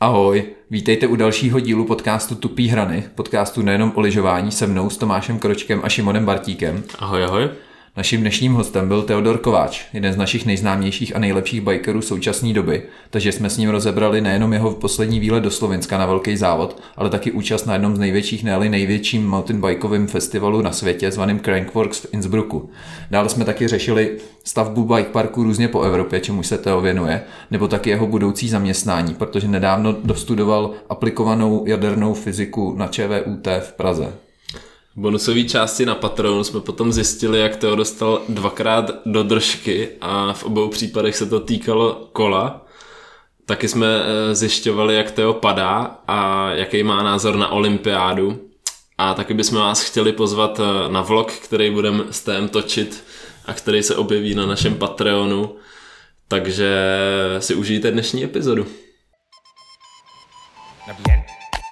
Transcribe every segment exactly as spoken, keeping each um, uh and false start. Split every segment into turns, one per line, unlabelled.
Ahoj, vítejte u dalšího dílu podcastu Tupý hrany, podcastu nejenom o lyžování se mnou s Tomášem Kročkem a Šimonem Bartíkem.
Ahoj, ahoj.
Naším dnešním hostem byl Teodor Kováč, jeden z našich nejznámějších a nejlepších bikerů současné doby, takže jsme s ním rozebrali nejenom jeho poslední výlet do Slovinska na velký závod, ale taky účast na jednom z největších, ne-li největším mountainbikovým festivalu na světě zvaným Crankworx v Innsbrucku. Dále jsme taky řešili stavbu bike parku různě po Evropě, čemu se Teo věnuje, nebo taky jeho budoucí zaměstnání, protože nedávno dostudoval aplikovanou jadernou fyziku na ČVUT v Praze.
V bonusové části na Patreonu jsme potom zjistili, jak Teo dostal dvakrát do držky a v obou případech se to týkalo kola. Taky jsme zjišťovali, jak Teo padá a jaký má názor na olympiádu. A taky bychom vás chtěli pozvat na vlog, který budeme s Tem točit a který se objeví na našem Patreonu. Takže si užijte dnešní epizodu. Nabíjen.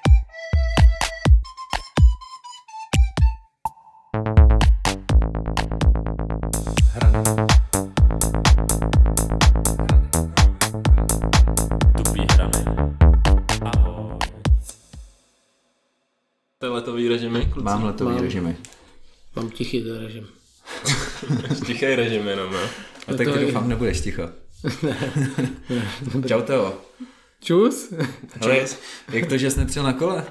Letový režimy, kluci?
Mám letový
mám,
režimy.
Mám tichý to režim.
Tichý režim jenom, no.
A tak doufám, nebudeš ticho. Čau Teo.
Čus.
Hele, jak to, že jsi nepřijel na kole?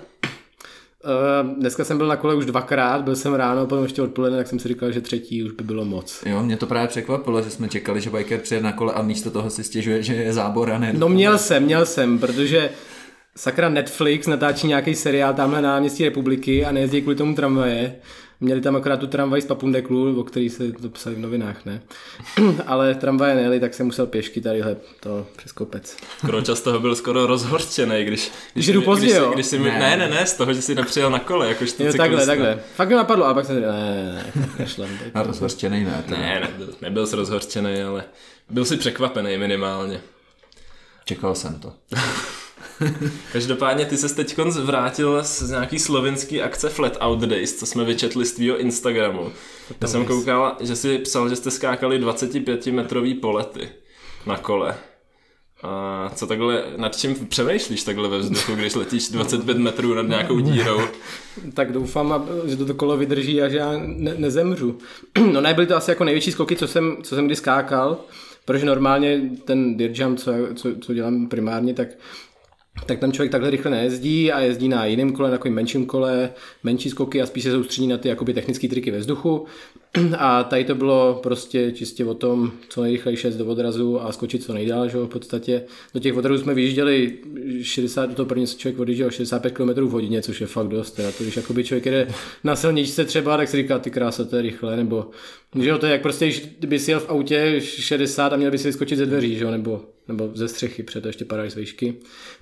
Uh, dneska jsem byl na kole už dvakrát, byl jsem ráno, potom ještě odpoledne, tak jsem si říkal, že třetí už by bylo moc.
Jo, mě to právě překvapilo, že jsme čekali, že biker přijede na kole a místo toho si stěžuje, že je zábor a ne.
No měl jsem, měl jsem, protože sakra Netflix natáčí nějaký seriál tamhle na náměstí Republiky a nejezdí kvůli tomu tramvaje. Měli tam akorát tu tramvaj z Papundeklu, o který se to psali v novinách, ne? Ale tramvaje nejeli, tak jsem musel pěšky tadyhle to přes kopec.
Skoro čas toho byl skoro rozhorčenej, když...
Když jdu pozdě, jo?
Když si, ne. ne, ne, ne, z toho, že jsi nepřijel na kole, jakož to
jo, takhle, takhle. Fakt mi napadlo, a pak jsem říkal, ne, ne, ne, nešlem.
A rozhorčenej ne.
Ne, ne, nebyl, nebyl jsi rozhorčenej, ale byl jsi překvapený minimálně.
Čekal jsem to.
Každopádně ty ses teďkonc vrátil z nějaký slovinský akce Flat Out Days, co jsme vyčetli z tvýho Instagramu. Já jsem koukal, že jsi psal, že jste skákali dvacetipětimetrový polety na kole. A co takhle, nad čím přemýšlíš takhle ve vzduchu, když letíš dvacet pět metrů nad nějakou dírou?
Tak doufám, že to kolo vydrží a že já ne- nezemřu. No ne, byly to asi jako největší skoky, co jsem, co jsem kdy skákal, protože normálně ten dirt jump, co, co, co dělám primárně, tak tak tam člověk takhle rychle nejezdí a jezdí na jiném kole, na takovým menším kole, menší skoky a spíš se soustředí na ty jakoby technické triky ve vzduchu. A tady to bylo prostě čistě o tom, co nejrychleji šest do odrazu a skočit co nejdál, že v podstatě. Do těch odrazů jsme vyjížděli šedesát, do toho první člověk odjížděl šedesát pět kilometrů v hodině, což je fakt dost. Teda to, když jakoby člověk jede na silničce třeba, tak si říká, ty krása, to je rychle, nebo že jo, to je jak prostě, kdyby si jel v autě šedesát a měl by si vyskočit ze dveří, že jo, nebo, nebo ze střechy, protože to ještě padáš z výšky.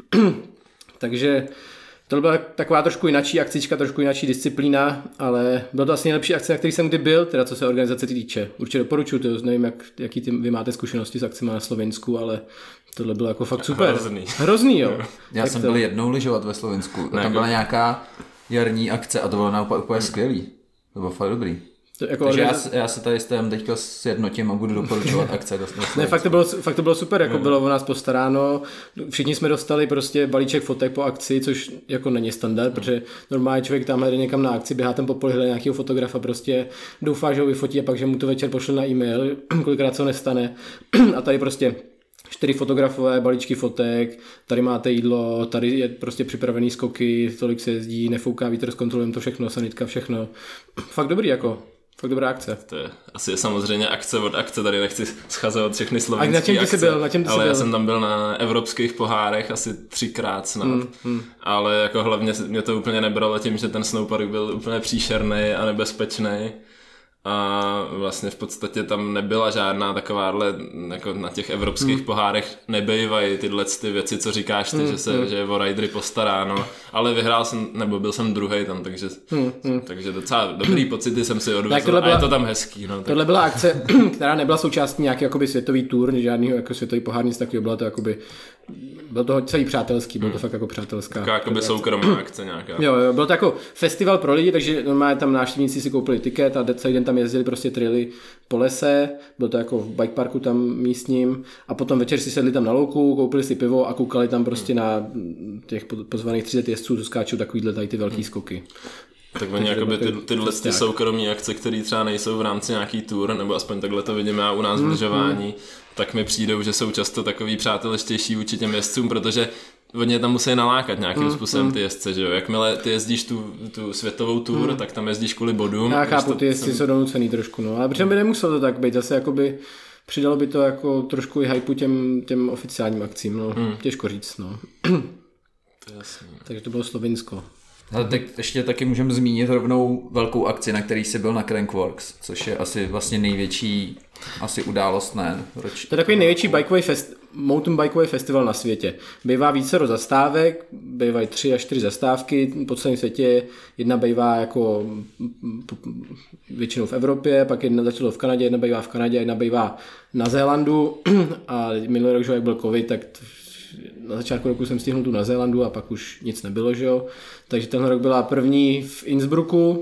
Takže to byla taková trošku jinačí akcička, trošku jinačí disciplína, ale byla to asi nejlepší akce, na který jsem kdy byl, teda co se organizace týče. Určitě doporučuji to, nevím, jak, jaký ty, vy máte zkušenosti s akcemi na Slovinsku, ale tohle bylo jako fakt super.
Hrozný.
Hrozný, jo.
Já
tak
jsem
to...
byl jednou lyžovat ve Slovinsku,
ne,
tam byla nějaká jarní akce a to bylo naopak úplně skvělý. To bylo fakt dobrý. To jako Takže organizace... já, já se tady s tím teďka sjednotím a budu doporučovat akce.
Ne, fakt to bylo, fakt to bylo super, jako bylo o nás postaráno, všichni jsme dostali prostě balíček fotek po akci, což jako není standard, protože normálně člověk tam jde někam na akci, běhá tam po poli, hledá nějakého fotografa, prostě doufá, že ho vyfotí a pak, že mu to večer pošle na e-mail, kolikrát se ho nestane a tady prostě čtyři fotografové balíčky fotek, tady máte jídlo, tady je prostě připravený skoky, tolik se jezdí, nefouká vítr, zkontrolujeme to všechno, sanitka, všechno, fakt dobrý jako. Fakt dobrá akce.
To je asi je samozřejmě akce od akce, tady nechci schazovat všechny slovenské akce.
A na čem ty jsi byl? Na čem ty
ale
jsi
já
byl?
jsem tam byl na evropských pohárech asi třikrát snad. Mm, mm. Ale jako hlavně mě to úplně nebralo tím, že ten snowpark byl úplně příšerný a nebezpečný. A vlastně v podstatě tam nebyla žádná takováhle, jako na těch evropských hmm. pohárech nebejvají tyhle ty věci, co říkáš ty, hmm. že se hmm. že je o ridery postaráno, ale vyhrál jsem, nebo byl jsem druhej tam, takže, hmm. takže docela dobrý pocity jsem si odvezl a byla, je to tam hezký. No, tak.
Tohle byla akce, která nebyla součástí nějaký jakoby světový tour, žádný jako světový pohár, nic takového, byla to jakoby byl to celý přátelský, byl to fakt jako přátelská.
Taková jakoby soukromá akce nějaká.
Jo, jo, byl to jako festival pro lidi, takže normálně tam návštěvníci si koupili tiket a celý den tam jezdili prostě traily po lese, byl to jako v bike parku tam místním a potom večer si sedli tam na louku, koupili si pivo a koukali tam prostě na těch pozvaných třicet jezdců, co skáčou takovýhle tady ty velký skoky.
Tak oni jakoby ty, tyhle ty soukromí akce, které třeba nejsou v rámci nějaký tour, nebo aspoň takhle to vidíme já u nás v lyžování, mm, mm. tak mi přijdou, že jsou často takový přátelštější vůči těm jezdcům, protože oni je tam musí nalákat nějakým mm, způsobem mm. ty jezdce, že jo. Jakmile ty jezdíš tu, tu světovou tour, mm. tak tam jezdíš kvůli bodům.
Já chápu, ty jezdci jsou donucený trošku, no. Ale přitom by nemuselo to tak být, zase jakoby přidalo by to jako trošku i hypeu těm, těm oficiálním akcím, no. Mm. Těžko říct, no.
To je jasný.
Takže to bylo Slovinsko.
Ale tak ještě taky můžeme zmínit rovnou velkou akci, na který jsi byl na Crankworx, což je asi vlastně největší asi událost, ne? Roč...
To je takový největší bikeový fest, mountain bikeový festival na světě. Bývá vícero zastávek, bývají tři až čtyři zastávky po celém světě. Jedna bývá jako většinou v Evropě, pak jedna začalo v Kanadě, jedna bývá v Kanadě, jedna bývá na Zélandu a minulý rok, že jak byl covid, tak na začátku roku jsem stihnul tu na Zélandu a pak už nic nebylo, že jo. Takže ten rok byla první v Innsbrucku.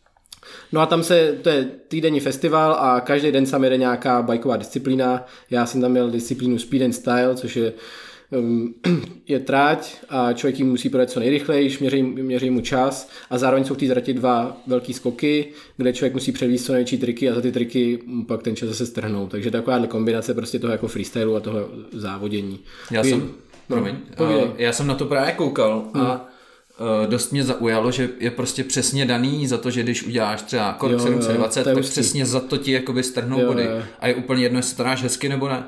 No a tam se, to je týdenní festival a každý den tam jede nějaká bajková disciplína. Já jsem tam měl disciplínu Speed and Style, což je, um, je tráť a člověk jim musí projet co nejrychleji, měří, měří mu čas a zároveň jsou v té zratě dva velký skoky, kde člověk musí předvíst co největší triky a za ty triky pak ten čas zase strhnou. Takže takováhle kombinace prostě toho jako freestylu a toho závodění.
Já
Vy,
jsem,
no,
promiň, uh, já jsem na to právě koukal a hmm. Uh, dost mě zaujalo, že je prostě přesně daný za to, že když uděláš třeba kork sedm set dvacet, tak hustý. Přesně za to ti jakoby strhnou jo, body. Jo. A je úplně jedno, jestli to dáš hezky nebo ne.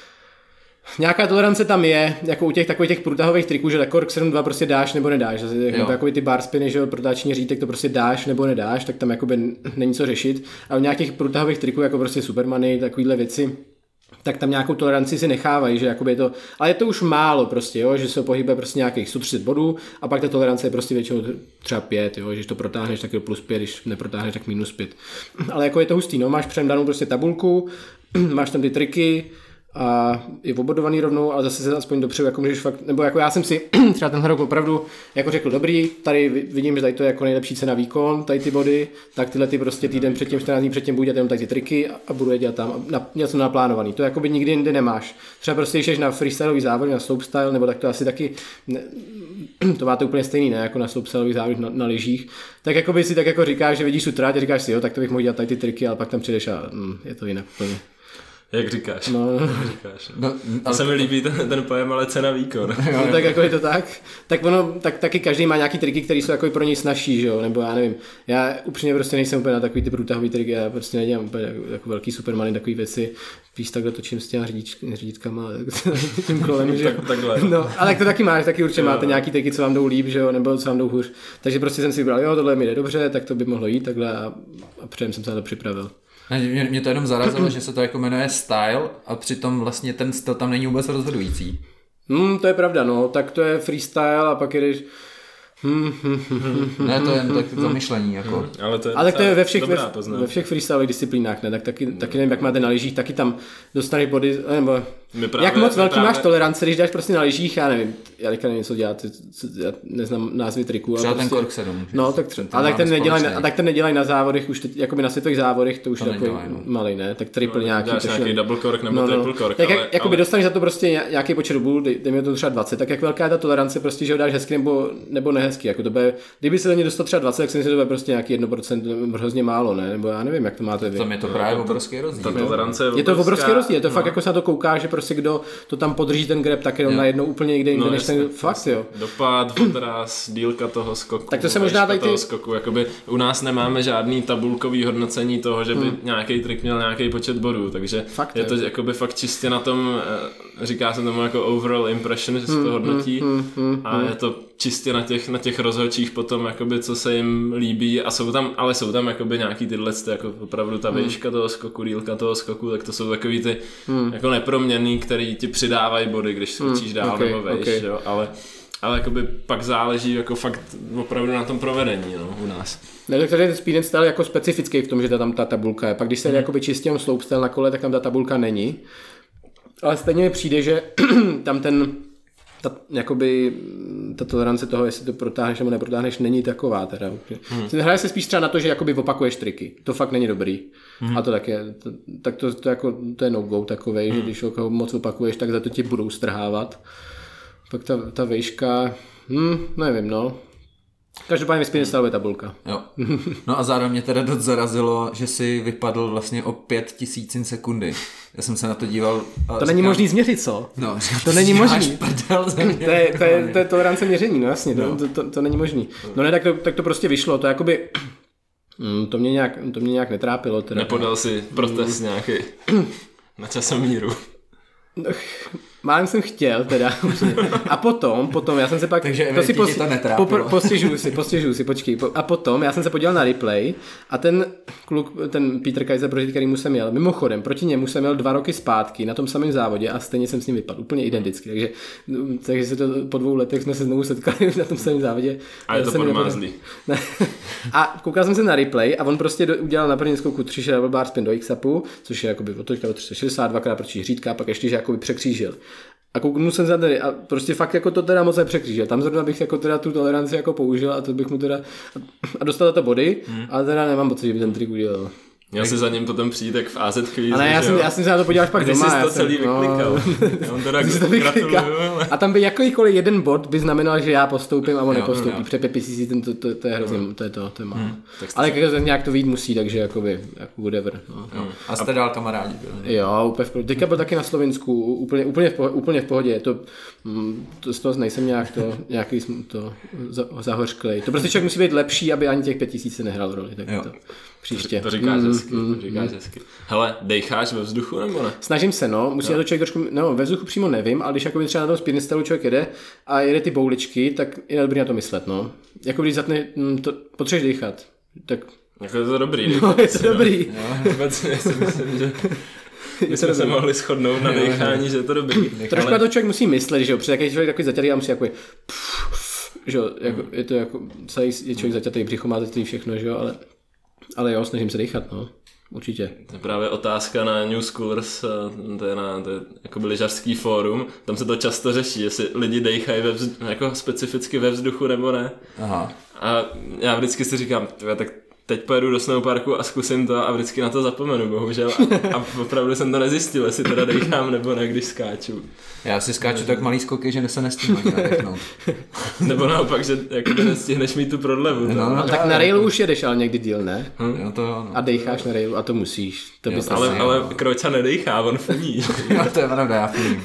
Nějaká tolerance tam je, jako u těch takových těch průtahových triků, že tak kork sedm dva prostě dáš nebo nedáš. Jako takový ty bar spiny, že protáčení řítek to prostě dáš nebo nedáš, tak tam jakoby není co řešit. A u nějakých průtahových triků, jako prostě Supermany, takovýhle věci, tak tam nějakou toleranci si nechávají, že jakoby je to, ale je to už málo prostě, jo, že se pohybuje prostě nějakých sto třicet bodů a pak ta tolerance je prostě většinou třeba pět, jo, že když to protáhneš, tak je plus pět, když neprotáhneš, tak minus pět. Ale jako je to hustý, no, máš předem danou prostě tabulku, máš tam ty triky a je obodovaný rovnou, ale zase se aspoň dopředu, jako můžeš fakt, nebo jako já jsem si třeba ten rok opravdu jako řekl, dobrý, tady vidím, že tady to je jako nejlepší cena výkon, tady ty body, tak tyhle ty prostě týden předtím, čtrnáct dní předtím budu dělat jenom tady ty triky a budu je dělat tam, na, něco naplánovaný, to jakoby nikdy jinde nemáš. Třeba prostě, když jsi na freestyleový závod, na slopestyle, nebo tak to asi taky, ne, to máte úplně stejný, ne, jako na slopestyleový závod na, na lyžích, tak jakoby si tak jako říkáš, že vidíš tu tráť a říkáš si, jo, tak to bych mohl dělat tady ty triky, ale pak tam přijdeš a hm, je to jinak úplně.
Jak říkáš?
No,
říkáš. No, a se mi líbí ten, ten pojem, ale cena výkon.
No, tak jako je to tak. Tak ono, tak taky každý má nějaký triky, které jsou jako pro něj snažší, že jo, nebo já nevím. Já upřímně prostě nejsem úplně na takový ty průtahový triky, já prostě nedělám úplně jako, jako velký Supermany, takový věci. Víš, takhle točím s těma řídítkama, tím kolem, že jo.
tak, takhle.
No, ale tak to taky máš, taky určitě jo. Máte nějaký triky, co vám jdou líp, že jo, nebo co vám jdou hůř. Takže prostě jsem si vybral, jo, tohle mi jde dobře, tak to by mohlo jít takhle a, a předem jsem se na to připravil.
Mě, mě to jenom zarazilo, že se to jako jmenuje style a přitom vlastně ten styl tam není vůbec rozhodující.
Hmm, to je pravda, no, tak to je freestyle a pak jdeš... Hmm, hmm, hmm, hmm,
ne, to je jen tak zamyšlení, jako.
Hmm, ale to je,
ale to je ve všech, ve, ve všech freestyleových disciplínách, ne, tak taky, taky nevím, jak máte na lyžích, taky tam dostaneš body, nebo právě, jak moc velký právě... máš tolerance, když dáš prostě na lyžích, já nevím, já teďka nevím, co dělat, já neznám názvy triků.
Třeba
prostě,
ten kork sedm.
No, tak třeba, ale tak ten, nedělaj, na, tak ten nedělají na závodech, už teď, jakoby na světových závodech, to už to je takový no. malej, ne, tak triple no, nějaký.
Dáš nějaký double kork nebo
no, no.
triple kork.
Tak
ale,
jak, jakoby ale... dostaneš za to prostě nějaký počet bodů, dej mi to třeba dvacet, tak jak velká je ta tolerance, prostě, že ho dáš hezky nebo, nebo nehezky, jako to bude, kdyby se do něj dostal třeba dvacet, tak si myslím, že to bude prostě nějaký jedno procento, hrozně málo, ne, nebo já nevím, jak to máte vy.
Tam je to právě obrovský rozdíl.
Je to obrovský rozdíl, je to fakt jako se na to kouká, že prostě kdo to tam podrží ten grab, tak jenom najednou úplně někde jinde, než ten fakt, jo.
Dopad, odraz, dílka toho skoku.
Tak to se možná tady ty...
skoku, jakoby u nás nemáme žádný tabulkový hodnocení toho, že by hmm. nějaký trik měl nějaký počet bodů, takže fakt, je to jakoby fakt čistě na tom, říká se tomu jako overall impression, že se to hodnotí hmm, hmm, hmm, a je to čistě na těch, na těch rozhodčích potom, jakoby, co se jim líbí a jsou tam, ale jsou tam jakoby nějaký tyhle, jako opravdu ta výška toho skoku, dílka toho skoku, tak to jsou takový ty hmm. jako neproměnný, který ti přidávají body, když skočíš hmm. dál okay, nebo vejš, okay. jo, ale ale jakoby pak záleží jako fakt opravdu na tom provedení, no, u nás.
Ne, tak tady je speed and style jako specifický v tom, že tam ta tabulka je. Pak když se hmm. jakoby čistě jenom slopestyle na kole, tak tam ta tabulka není. Ale stejně mi přijde, že tam ten ta, jakoby, ta tolerance toho, jestli to protáhneš nebo neprotáhneš, není taková teda. Hmm. Hraje se spíš třeba na to, že jakoby opakuješ triky. To fakt není dobrý. Hmm. A to tak je. To, tak to, to, jako, to je no-go takovej, hmm. že když ho moc opakuješ, tak za to ti budou strhávat. Pak ta, ta vejška, hm, nevím, no. Každopádně vyspěně stavuje tabulka.
Jo. No a zároveň mě teda dost zarazilo, že si vypadl vlastně o pět tisícin sekundy. Já jsem se na to díval. A
to
říkám,
není možný změřit, co?
No,
to není možný.
Prdel,
to, je, to, je, to je tolerance měření, no jasně, no. To, to, to není možný. No ne, tak to, tak to prostě vyšlo, to jakoby, mm, to mě nějak, to mě nějak netrápilo. Teda.
Nepodal si protest mm. nějaký na časomíru.
Málem jsem chtěl teda. A potom, potom já jsem se pak...
Takže to si pos, to netrápilo.
Postěžuju si, postěžuju si, počkej. A potom já jsem se podíval na replay a ten kluk, ten Peter Kaiser, proti kterýmu jsem jel, mimochodem, proti němu jsem jel dva roky zpátky na tom samém závodě a stejně jsem s ním vypadl. Úplně identicky. Takže, takže se to po dvou letech jsme se znovu setkali na tom samém závodě.
A je to podmázlý.
A koukal jsem se na replay a on prostě udělal na první skoku tři double bar spin do X-upu, což je jakoby otočka do tři sta šedesát, dvakrát pročí řídka, pak ještě že jakoby překřížil. A kouknu jsem za tady a prostě fakt jako to teda moc nepřekřížil. Tam zrovna bych jako teda tu toleranci jako použil a to bych mu teda a dostal to body, hmm. ale teda nemám pocit, že by ten trik udělal.
Měl si za ním potom přijít jak v á zet chvíli.
Ale já jsem, já jsem se na to podíval pak doma.
Když jsi to celý vyklikal. No, on teda gratuluju.
A tam by jakýkoliv jeden bod by znamenal, že já postoupím a on jo, nepostoupí. Přepěpí si ten, to, to, to je hrozně, to je to, to je má. Hmm. Ale jak nějak to vít musí, takže jakoby, jako whatever. No.
Jo. A jste dál kamarádi.
Jo, úplně v pohodě. Teďka byl taky na Slovensku, úplně, úplně, v, pohodě, úplně v pohodě. To, to z toho nejsem nějak to, nějaký to zahořklej. To prostě člověk musí být lepší, aby ani těch pět tisíc se nehrál roli. Tak to. Příště.
To říkáš mm, hezky, mm, to říkáš mm. hezky. Hele, dejcháš ve vzduchu nebo ne?
Snažím se, no. Musí no. to člověk trošku, no, ve vzduchu přímo nevím, ale když jakoby třeba na tom speednestalu člověk jede a jede ty bouličky, tak je dobrý na to myslet, no. Jako když zatne, to potřebuješ dýchat, tak...
Jako je to dobrý.
No, je to dobrý.
Jo, obecně si myslím, že my jsme se mohli shodnout na dýchání, že je to dobrý.
Trošku ale... to člověk musí myslet, že jo, protože jaký člověk takový zaťatý a musí jako že jo, jako, je to jako, celý je člověk zaťatý, břicho má zaťatý všechno, že jo, ale... Ale jo, snažím se dýchat, no. Určitě.
To je právě otázka na New Schoolers, to je na to je jakoby lyžařský fórum, tam se to často řeší, jestli lidi dejchají ve vzduchu, jako specificky ve vzduchu nebo ne.
Aha.
A já vždycky si říkám, tak teď pojedu do snowparku a zkusím to a vždycky na to zapomenu, bohužel. A, a opravdu jsem to nezjistil, jestli teda dejchám nebo ne, když skáču.
Já si skáču tak malý skoky, že se nestihnu ani nadechnout.
Nebo naopak, že jako nestihneš mít tu prodlevu.
No, no, tak na railu už jedeš ale někdy díl, ne?
Hm? Jo, to jo, no.
A dejcháš na railu a to musíš. To
jo, ale, ale Krojca nedejchá, on funí.
Jo, to je pravda, já funím.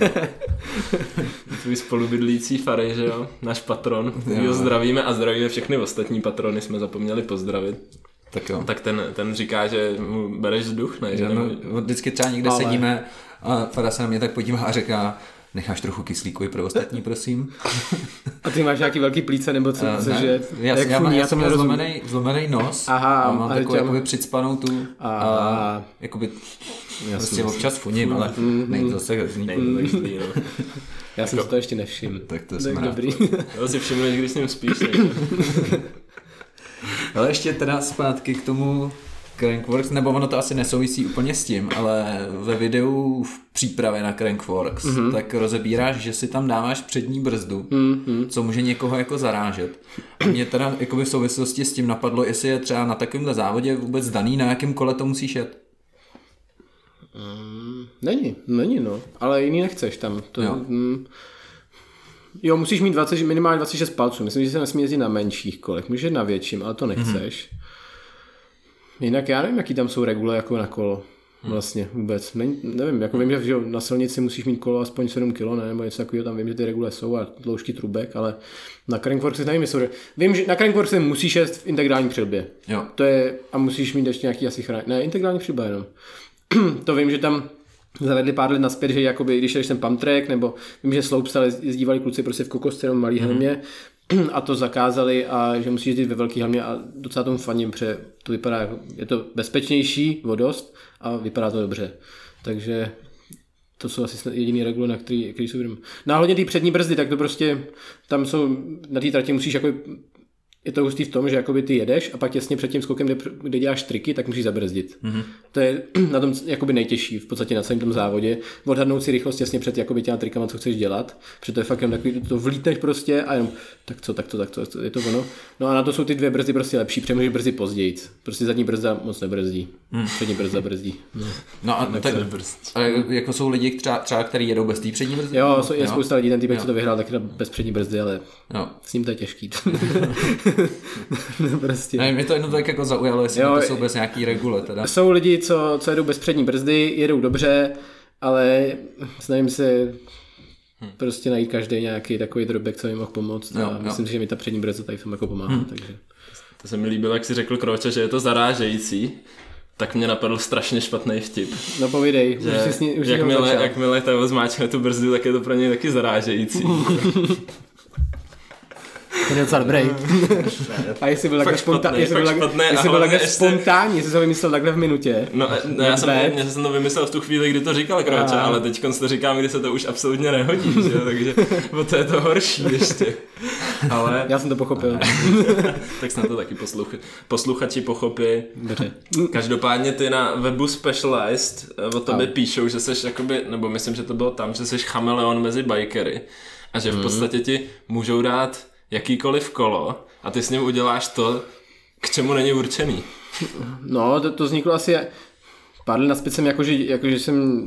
Tvůj spolubydlící Fary, že jo? Náš patron. My ho zdravíme a zdravíme všechny ostatní patrony, jsme zapomněli pozdravit.
Tak jo.
Tak ten, ten říká, že mu bereš vzduch, ne? Že
no, no, vždycky třeba někde ale... sedíme a Fara se na mě tak podívá a říká, necháš trochu kyslíku i pro ostatní, prosím.
A ty máš nějaký velký plíce nebo co,
uh,
cože?
Já, já, já, já jsem měl zlomený, zlomený nos.
Aha,
a mám takovou jakoby přicpanou tu a, a jakoby jasný, prostě občas funím, ale mm, nejde zase hrozný.
Já jsem si to ještě nevšiml.
Tak to
tak dobrý.
Já si všimneš, když s ním spíš.
Ale ještě teda zpátky k tomu Crankworx, nebo ono to asi nesouvisí úplně s tím, ale ve videu v přípravě na Crankworx, mm-hmm. tak rozebíráš, že si tam dáváš přední brzdu, mm-hmm. co může někoho jako zarážet. A mě teda jako v souvislosti s tím napadlo, jestli je třeba na takovémhle závodě vůbec daný, na jakém kole to musíš jet.
Mm, není, není no, ale jiný nechceš tam. To, jo. Mm, jo, musíš mít dvacet, minimálně dvacet šest palců, myslím, že se nesmí jezdit na menších kolech, můžeš jet na větším, ale to nechceš. Mm-hmm. Jinak já nevím, jaký tam jsou regule jako na kolo. Vlastně vůbec. Ne, nevím, jako vím, že na silnici musíš mít kolo aspoň sedm kilo, ne? Nebo něco takového, tam vím, že ty regule jsou a dloužky trubek, ale na Crankworxu nevím, jestli vím, že na Crankworxu musíš jet v integrální přilbě.
Jo.
To je, a musíš mít ještě nějaký asi chrán. Ne, integrální přilba jenom. To vím, že tam zavedli pár let naspět, že jakoby, když jdeš ten pump track, nebo vím, že slopestyle jezdívali kluci prostě v kokosce, jenom malý helmě, mm-hmm. a to zakázali a že musíš jezdit ve velký helmě a docela tomu faním, protože to vypadá jako, je to bezpečnější o dost a vypadá to dobře. Takže to jsou asi jediný regule, na který, který jsou vědomí. Náhodně ty přední brzdy, tak to prostě tam jsou, na té trati musíš jako je to hustý v tom, že jakoby ty jedeš a pak těsně před tím skokem, kde, kde děláš triky, tak musíš zabrzdit. Mm-hmm. To je na tom jakoby nejtěžší v podstatě na celém tom závodě. Odhadnout si rychlost těsně před jakoby těma trikama, co chceš dělat. Protože to je fakt jenom takový, to vlítneš prostě a jenom tak co, tak co, tak co, je to ono. No a na to jsou ty dvě brzdy prostě lepší, protože můžeš brzdit později. Prostě zadní brzda moc nebrzdí. Mm. Přední brzda brzdí. No,
no a, tak, a jako jsou lidi třeba, třeba kteří jedou bez té přední brzdy?
Jo, je jo. Spousta lidí, ten týpek, co to vyhrál, tak bez přední brzdy, ale jo. S ním to je těžký.
No, prostě. Ne, mě to jedno tak jako zaujalo, jestli jo, to jsou bez nějaký regule teda.
Jsou lidi, co, co jedou bez přední brzdy, jedou dobře, ale snažím se hmm. prostě najít každý nějaký takový drobek, co mi mohl pomoct jo, a jo. Myslím si, že mi ta přední brzda tady tomu jako pomáhá. Hmm. Takže.
To se mi líbilo, jak si řekl Kroče, že je to zarážející. Tak mě napadl strašně špatný vtip.
No povídej, že už si už
jakmile, jakmile tam zmáčkne tu brzdu, tak je to pro něj taky zarážející.
To je docela dobrý. A jestli byl takhle spontánní, jestli byl takhle spontánní, jestli jsem vymyslel takhle v minutě.
No, no já jsem, mě jsem to vymyslel v tu chvíli, kdy to říkal Kroče, ale teď to říkám, kdy se to už absolutně nehodí, že? Takže to je to horší ještě. Ale...
Já jsem to pochopil.
Tak snad to taky posluch... posluchači pochopí. Dobře. Každopádně ty na webu Specialized o tobě a. píšou, že seš jakoby, nebo myslím, že to bylo tam, že seš chameleon mezi bikery a že v podstatě ti můžou dát jakýkoliv kolo a ty s ním uděláš to, k čemu není určený.
No, to, to vzniklo asi pár let naspět jsem jakože, jakože jsem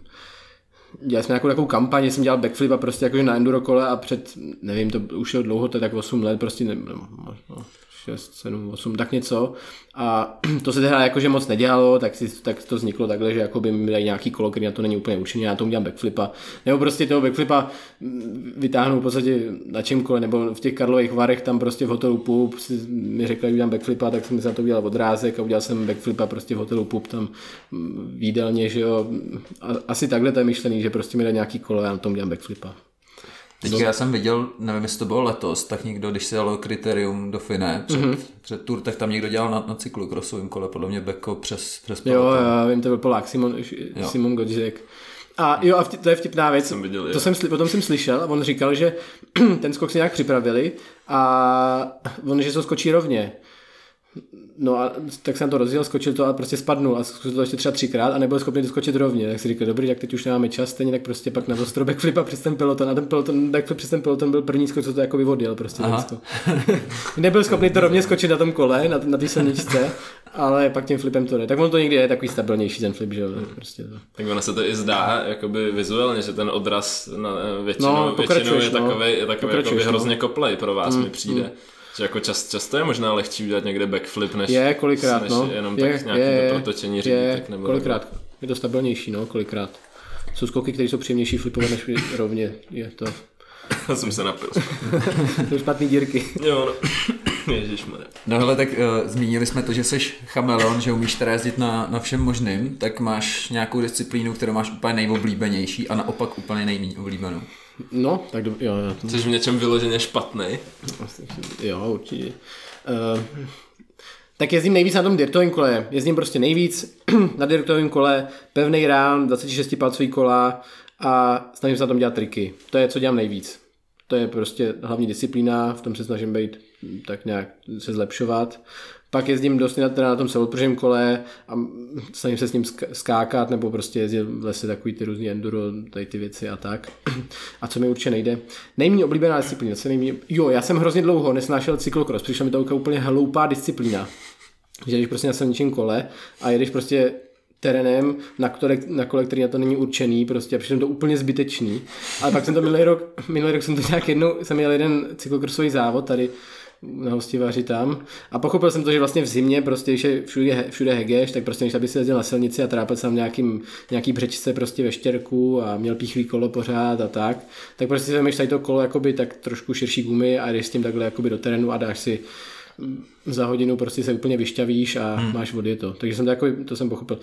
dělal jsem nějakou takovou kampaň, jsem dělal backflip a prostě jakože na enduro kole a před, nevím, to už je dlouho, to je tak osm let, prostě ne, no, šest, sedm, osm, tak něco. A to se tehdy jakože moc nedělalo, tak, si, tak to vzniklo takhle, že jakoby mi dají nějaký kolo, který na to není úplně určený, já to udělám backflipa. Nebo prostě toho backflipa vytáhnu v podstatě na čemkoliv, nebo v těch Karlových Varech tam prostě v hotelu Pup mi řekli, že udělám backflipa, tak jsem za to udělal odrázek a udělal jsem backflipa prostě v hotelu Pup tam v jídelně, že jo. A, asi takhle to je myšlený, že prostě mi dají nějaký kolo a já na tom udělám backflipa.
Teďka já jsem viděl, nevím, jestli to bylo letos, tak někdo, když se dalo kritérium do Fine před, mm-hmm. před Tour, tak tam někdo dělal na, na cyklokrosovém kole, podle mě Beko přes, přes
peloton. Jo, já vím, to byl Polák, Simon, Simon Godžek. A jo, a vtip, to je vtipná věc, jsem viděl, to jsem, potom jsem slyšel a on říkal, že ten skok si nějak připravili a on, že to skočí rovně. No a tak jsem to rozjel, skočil to a prostě spadnul a zkusil to ještě třeba třikrát a nebyl schopný to skočit rovně. Tak si říkal, dobrý, tak teď už nemáme čas, stejně tak prostě pak na ostro backflipa přes ten peloton a ten peloton, backflip přes ten peloton byl první skok, co to jako vyvodil prostě. Nebyl schopný to rovně skočit na tom kole, na, na té silničce, ale pak tím flipem to ne. Tak on to někdy je takový stabilnější ten flip, že jo. Prostě to.
Tak ono se to i zdá jakoby vizuálně, že ten odraz na většinou, no, většinou je takový, je takový jakoby hrozně koplej pro vás mm, mi přijde. Mm. Že jako čas, často je možná lehčí udělat někde backflip, než,
je, kolikrát,
než
no.
jenom
je,
tak nějaký je, protočení řídítek. Nebo
kolikrát, nebo... je to stabilnější, no, kolikrát. Jsou skoky, které jsou příjemnější flipovat, než rovně je to.
Já jsem se napil.
Jsou špatný dírky.
Jo, no. Ježišmarja.
No hele, tak uh, zmínili jsme to, že jsi chameleon, že umíš teda jezdit na, na všem možným, tak máš nějakou disciplínu, kterou máš úplně nejoblíbenější a naopak úplně nejméně oblíbenou.
No, tak do, jo, jo.
Jsi v něčem vyloženě špatný?
Jo, určitě. Uh, tak jezdím nejvíc na tom dirtovém kole. Jezdím prostě nejvíc na dirtovém kole, pevnej rám, dvacetišestipalcový kola a snažím se na tom dělat triky. To je, co dělám nejvíc. To je prostě hlavní disciplína, v tom se snažím být tak nějak se zlepšovat. Pak jezdím dost na, teda na tom celopržním kole a snažím se s ním skákat nebo prostě jezdit v lese takový ty různý enduro, tady ty věci a tak. A co mi určitě nejde. Nejméně oblíbená disciplína. Co nejméně... Jo, já jsem hrozně dlouho nesnášel cyklokros, přišla mi to úplně hloupá disciplína. Že když prostě na silničním kole a jedeš prostě terénem na kole, na kole, který na to není určený, prostě a přišlo to úplně zbytečný. Ale pak jsem to minulý rok, minulý rok jsem to nějak jednou, jsem měl jeden cyklokrosový závod tady na Hostivaři tam a pochopil jsem to, že vlastně v zimě prostě, když je všude, všude hegeš, tak prostě než aby si jezdil na silnici a trápil jsem nějakým, nějaký břečce prostě ve štěrku a měl píchlý kolo pořád a tak, tak prostě si vezmeš tady to kolo jakoby tak trošku širší gumy a jdeš s tím takhle jakoby do terénu a dáš si za hodinu prostě se úplně vyšťavíš a hmm. máš vody to. Takže jsem to, jako, to jsem pochopil.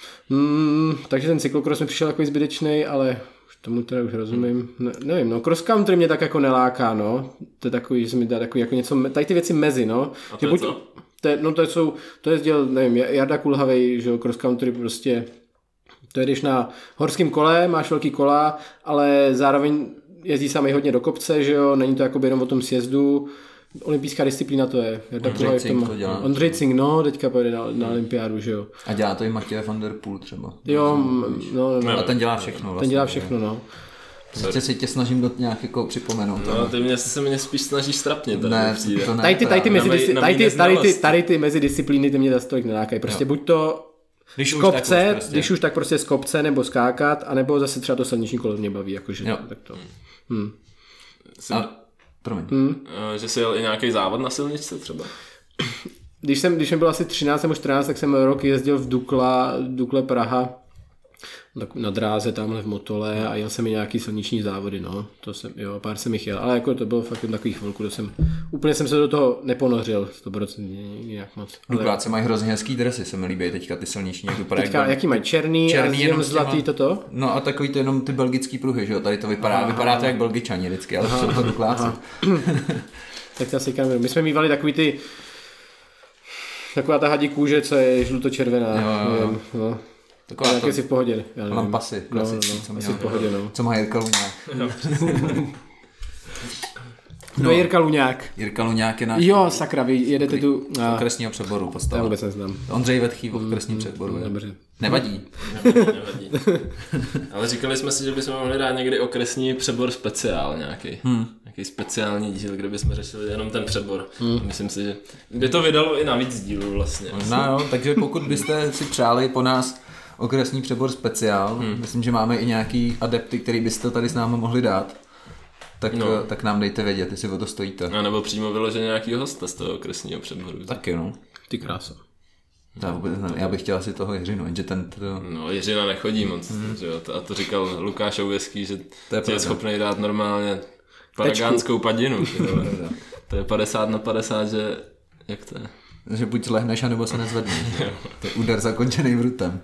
Hmm, takže ten cyklokros mi přišel jako zbytečný, ale tomu teda už rozumím. Ne, nevím, no cross country mě tak jako neláká, no. To je takový, že se mi dá takový jako něco, tady ty věci mezi, no.
A to je buď, co?
To je, no to jsou, to jezdil, nevím, Jarda Kulhavej, že jo, cross country prostě, to jedeš na horském kole, máš velký kola, ale zároveň jezdí sami hodně do kopce, že jo, není to jako jenom o tom sjezdu, Olympijská disciplína to je.
Ondřej Cink to dělá.
Ondřej Cink, no, teďka pojede na, na olympiádu, že jo.
A dělá to i Matěj van der Poel třeba.
Jo, no, no.
A ten dělá všechno vlastně.
Ten dělá všechno, no.
Prostě si tě snažím do nějak jako připomenout.
No, ty mě se mě spíš snažíš strapnit.
Ne, to ne.
Tady ty, tady ty, mezi, tady ty, tady ty, tady ty mezi disciplíny ty mě zase tolik nelákají. Prostě jo. Buď to když z kopce, už prostě. když už tak prostě z kopce nebo skákat, anebo zase třeba to silniční kolo mě baví, jakože tak to. Hmm.
A,
promiň.
Hmm. Že jsi jel i nějaký závod na silničce třeba?
Když jsem, když jsem byl asi třináct nebo čtrnáct, tak jsem rok jezdil v Dukla, Dukle Praha, na dráze tamhle v Motole a jel jsem i nějaký silniční závody, no, to jsem, jo, pár jsem jich jel, ale jako to bylo fakt takový chvilku, to jsem, úplně jsem se do toho neponořil, sto procent nějak moc.
Dukláci mají hrozně hezký dresy, se mi líbí teďka ty silniční, jak vypadají.
Teďka, jaký mají, černý, černý a jenom zlatý toto?
No a takový to jenom ty belgický pruhy, že jo, tady to vypadá, aha, vypadá to jak Belgičani vždycky, ale jsou to Dukláci.
Tak to asi kameru. My jsme mívali takový ty, taková ta hadí kůže, co je žluto-červená, jo, jo, jo. No. Taková to... si v pohodě.
Lampasy, klasický,
no, no, no, co, v pohodě, no.
co má Jirka Luňák.
No, Jirka Luňák.
Jirka Luňák je náš...
Jo, sakra, vy jedete tu...
Z okresního přeboru postavil.
Já vůbec neznám.
Ondřej Vetchý v okresním přeboru.
Dobře.
Nevadí.
Nevadí, nevadí. Ale říkali jsme si, že bychom mohli dát někdy okresní přebor speciál nějaký. Hmm. Nějaký speciální díl, kde bychom řešili jenom ten přebor. Hmm. Myslím si, že by to vydalo i na víc dílů vlastně.
No, jo, takže pokud byste si přáli po nás okresní přebor speciál, hmm. myslím, že máme i nějaký adepty, který byste tady s námi mohli dát. Tak, no. tak nám dejte vědět, jestli o to stojíte.
A nebo přímo vyloženě nějakýho hosta z toho okresního přeboru.
Taky no.
Ty krása.
Já, vůbec, já bych chtěl asi toho Jiřinu, jenže ten... To...
No Jiřina nechodí moc, hmm. že jo? A to říkal Lukáš Ouveský, že to je, je schopný dát normálně paragánskou padinu. To je padesát na padesát, že... Jak to je?
Že buď lehneš, anebo se nezvedneš. To je úder zakončený vrutem.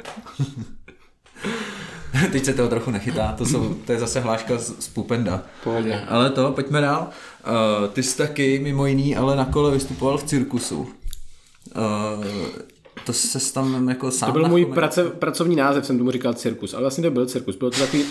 Teď se toho trochu nechytá, to, jsou, to je zase hláška z, z Pupenda.
Pohodě.
Ale to, pojďme dál. Uh, ty jsi taky mimo jiný, ale na kole vystupoval v cirkusu. Uh, to se tam jako sám...
To byl můj prace, pracovní název, jsem tomu říkal cirkus, ale vlastně to byl cirkus. Bylo to takový...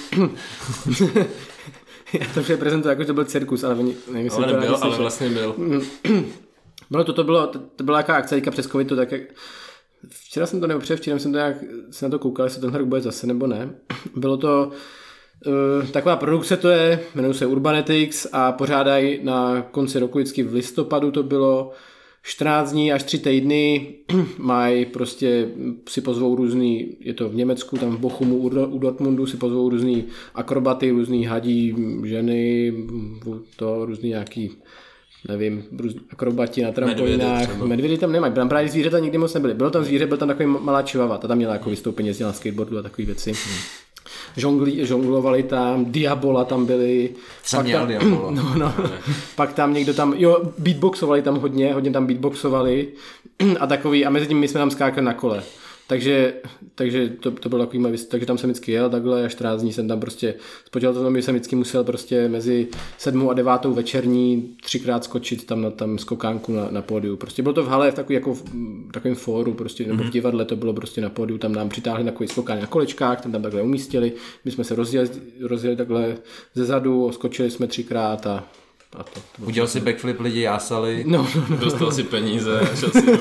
Já to vše prezentuji, jako to byl cirkus, ale nevím,
ale
to
nebyl, ale vlastně byl.
Bylo to, to, bylo, to, to byla jaká akce, přes covid, to tak jak... Včera jsem to nebo předevčírem jsem to nějak se na to koukal, jestli tenhle rok bude zase nebo ne. Bylo to uh, taková produkce, to je, jmenuji se Urbanetics a pořádají na konci roku vždycky v listopadu to bylo čtrnáct dní až tři týdny, mají prostě, si pozvou různý, je to v Německu, tam v Bochumu, u Dortmundu si pozvou různý akrobaty, různý hadí, ženy, to různý nějaký, nevím, akrobati na trampolínách, medvědy tam nemají, tam právě zvířata nikdy moc nebyly. Bylo tam zvíře, byl tam takový malá čivava, ta tam měla jako vystoupení, jezdila na skateboardu a takové věci. Hmm. Žongli, žonglovali tam, Diabola tam byli.
Jsem měl Diabola.
No, no. Pak tam někdo tam, jo, beatboxovali tam hodně, hodně tam beatboxovali a takový, a mezi tím my jsme tam skákali na kole. Takže, takže to, to bylo takový, takže tam jsem vždycky jel takhle a čtrnáct dní jsem tam prostě spodělal to, že jsem vždycky musel prostě mezi sedmou a devátou večerní třikrát skočit tam na tam skokánku na, na pódiu. Prostě bylo to v hale v takový, jako v takovém fóru, prostě, nebo v divadle to bylo prostě na pódiu, tam nám přitáhli na takový skokán na kolečkách, tam tam takhle umístili, my jsme se rozjeli, rozjeli takhle ze zadu, skočili jsme třikrát a A to, to
udělal si backflip, lidi jásali.
No, no, no.
Dostal si peníze. Si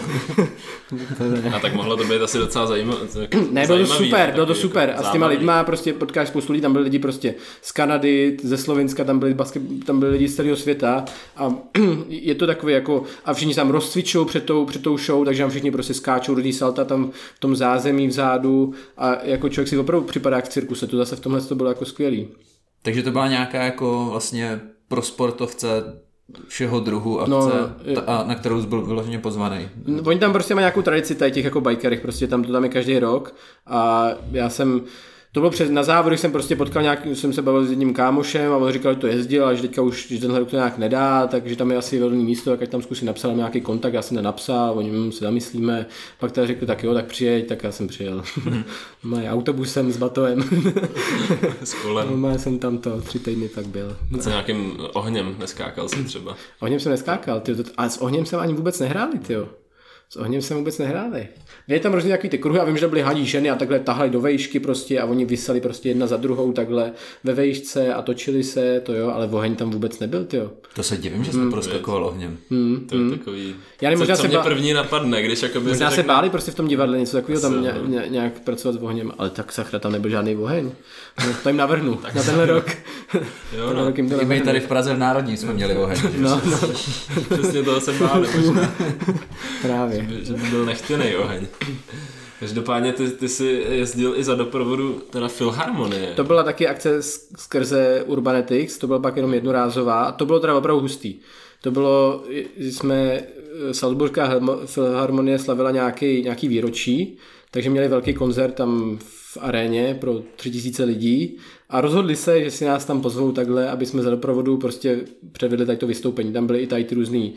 a tak mohlo to být asi docela zajímavé.
Ne, bylo to super, bylo to super. Jako a s těma lidma prostě potkáš spoustu lidí, tam byli lidi prostě z Kanady, ze Slovenska, tam byli, basket, tam byli lidi z celého světa a je to takový jako, a všichni tam rozcvičují před tou, před tou show, takže tam všichni prostě skáčou, rodí salta tam v tom zázemí vzadu a jako člověk si opravdu připadá jak v cirkuse, to zase v tomhle to bylo jako skvělý.
Takže to byla nějaká jako vlastně pro sportovce všeho druhu akce, no, a na kterou jsi byl vyloženě pozvaný.
No, oni tam prostě mají nějakou tradici tady těch jako bikerech, prostě tam to tam je každý rok a já jsem, to bylo přes, na závodech jsem prostě potkal nějak, jsem se bavil s jedním kámošem a on říkal, že to jezdil a že teďka už že tenhle rok to nějak nedá, takže tam je asi volný místo, tak ať tam zkusím napsat nějaký kontakt, já jsem nenapsal, o něm se zamyslíme, pak teda řekl, tak jo, tak přijeď, tak já jsem přijel. Mají autobusem s batohem.
S kolem.
No, jsem tam to tři týdny pak byl.
A s nějakým ohněm neskákal jsem třeba?
Ohněm jsem neskákal, tyjo, to, ale s ohněm jsem ani vůbec nehráli, tyjo. S ohněm jsme vůbec nehráli. Měli tam různě takový ty kruhy a vím, že byly hadí ženy a takhle tahali do vejšky prostě a oni viseli prostě jedna za druhou takhle ve vejšce a točili se, to jo, ale oheň tam vůbec nebyl, ty jo.
To se divím, že jsme hmm. proskakoval ohněm.
Hmm.
To je takový...
Já nevím, možná
co
se
mě
bá...
první napadne, když jakoby
možná
se
se
řekne...
báli prostě v tom divadle něco takového tam ně, ně, nějak pracovat s ohněm, ale tak sakra, tam nebyl žádný oheň. No, to jim navrhnu na tenhle rok.
Jo, no.
I my tady v Praze v Národní jsme měli oheň.
No, no.
Přesně toho se báli možná.
Právě.
Že by byl nechtěnej oheň. Každopádně ty, ty jsi jezdil i za doprovodu teda Filharmonie.
To byla taky akce skrze Urbanetics, to byla pak jenom jednorázová a to bylo teda opravdu hustý. To bylo, jsme, Salzburská Filharmonie slavila nějaký, nějaký výročí, takže měli velký koncert tam v aréně pro tři tisíce lidí a rozhodli se, že si nás tam pozvou takhle, aby jsme za doprovodu prostě předvedli tady to vystoupení. Tam byly i tady ty různý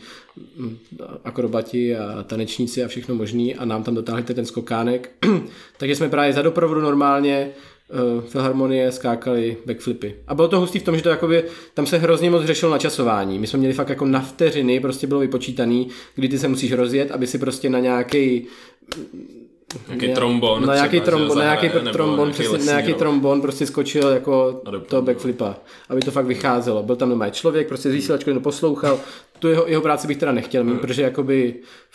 akrobati a tanečníci a všechno možný a nám tam dotáhli ten skokánek. Takže jsme právě za doprovodu normálně uh, Filharmonie skákali backflipy. A bylo to hustý v tom, že to jakoby, tam se hrozně moc řešilo načasování. My jsme měli fakt jako na vteřiny, prostě bylo vypočítaný, kdy ty se musíš rozjet, aby si prostě na nějaký
nějaký trombon,
na nějaký trombon, na nějaký
zahraje,
trombon,
nějaký
přesně, na nějaký
rok.
trombon prostě skočil jako to backflipa, aby to fakt vycházelo. Byl tam doma člověk, prostě z vysílačky to poslouchal. Tu jeho, jeho práci bych teda nechtěl mít, hmm. protože jakoby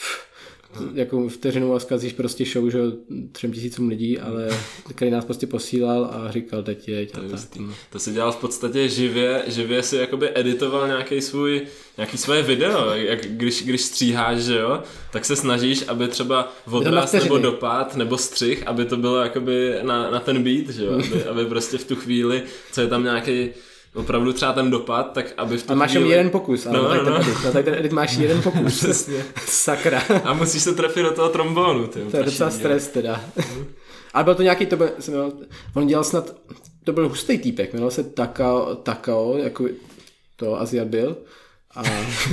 jako vteřinu a zkazíš prostě show, že třem tisícům lidí, ale který nás prostě posílal a říkal teď jeď.
To, to si dělal v podstatě živě, živě si jakoby editoval nějaký svůj, nějaký svoje video, jak když, když stříháš, že jo, tak se snažíš, aby třeba odraz nebo dopad nebo střih, aby to bylo jakoby na, na ten beat, že jo, aby, aby prostě v tu chvíli, co je tam nějaký opravdu třeba ten dopad, tak aby v tu
a máš
chvíli...
jeden pokus, ale
no,
tady,
no,
ten
no.
edit, tady ten edit máš jeden pokus.
Přesně.
Sakra.
A musíš se trefit do toho trombonu. Ty,
to je docela stres teda. Ale byl to nějaký, to byl, on dělal snad, to byl hustý týpek, jmenoval se Takao, Takao, jako to Aziat byl. A,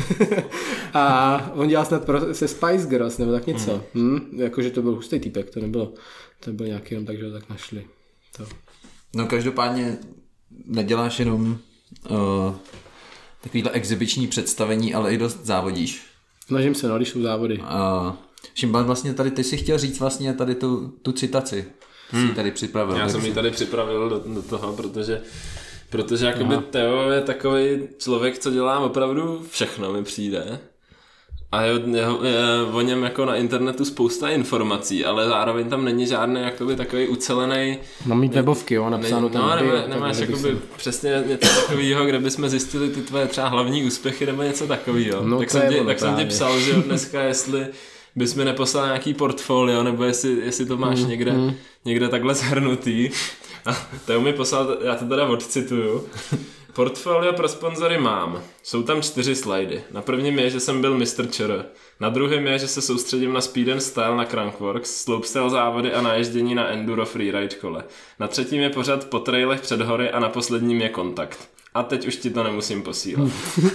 a on dělal snad pro, se Spice Girls, nebo tak něco. Hmm. Hmm, jakože to byl hustý týpek, to nebylo, to byl nějaký jenom tak, že ho tak našli. To.
No každopádně neděláš jenom uh, takovýhle exibiční představení, ale i dost závodíš.
Snažím se, no, když jsou závody.
Uh, Šimban, vlastně tady ty si chtěl říct vlastně tady tu, tu citaci. Hmm. Jsi tady připravil.
Já jsem ji tady připravil do, do toho, protože protože jakoby Teo je takový člověk, co dělá opravdu všechno, mi přijde. A je, je, je o něm jako na internetu spousta informací, ale zároveň tam není žádný jakoby takový ucelený.
Mám mít webovky, jo, napsáno tam.
No, nemá, nemáš jakoby přesně něco takového, kde bychom zjistili ty tvoje třeba hlavní úspěchy nebo něco takového.
No,
tak jsem, ti,
ono,
tak jsem ti psal, že dneska jestli bys mi neposlal nějaký portfolio, nebo jestli, jestli to máš mm, někde, mm. někde takhle shrnutý. A Teo mi poslal, já to teda odcituju. Portfolio pro sponzory mám. Jsou tam čtyři slajdy. Na prvním je, že jsem byl mister ČR. Na druhém je, že se soustředím na speed and style na Crankworx, slopestyle závody a naježdění na enduro freeride kole. Na třetím je pořad po trailech před hory a na posledním je kontakt. A teď už ti to nemusím posílat.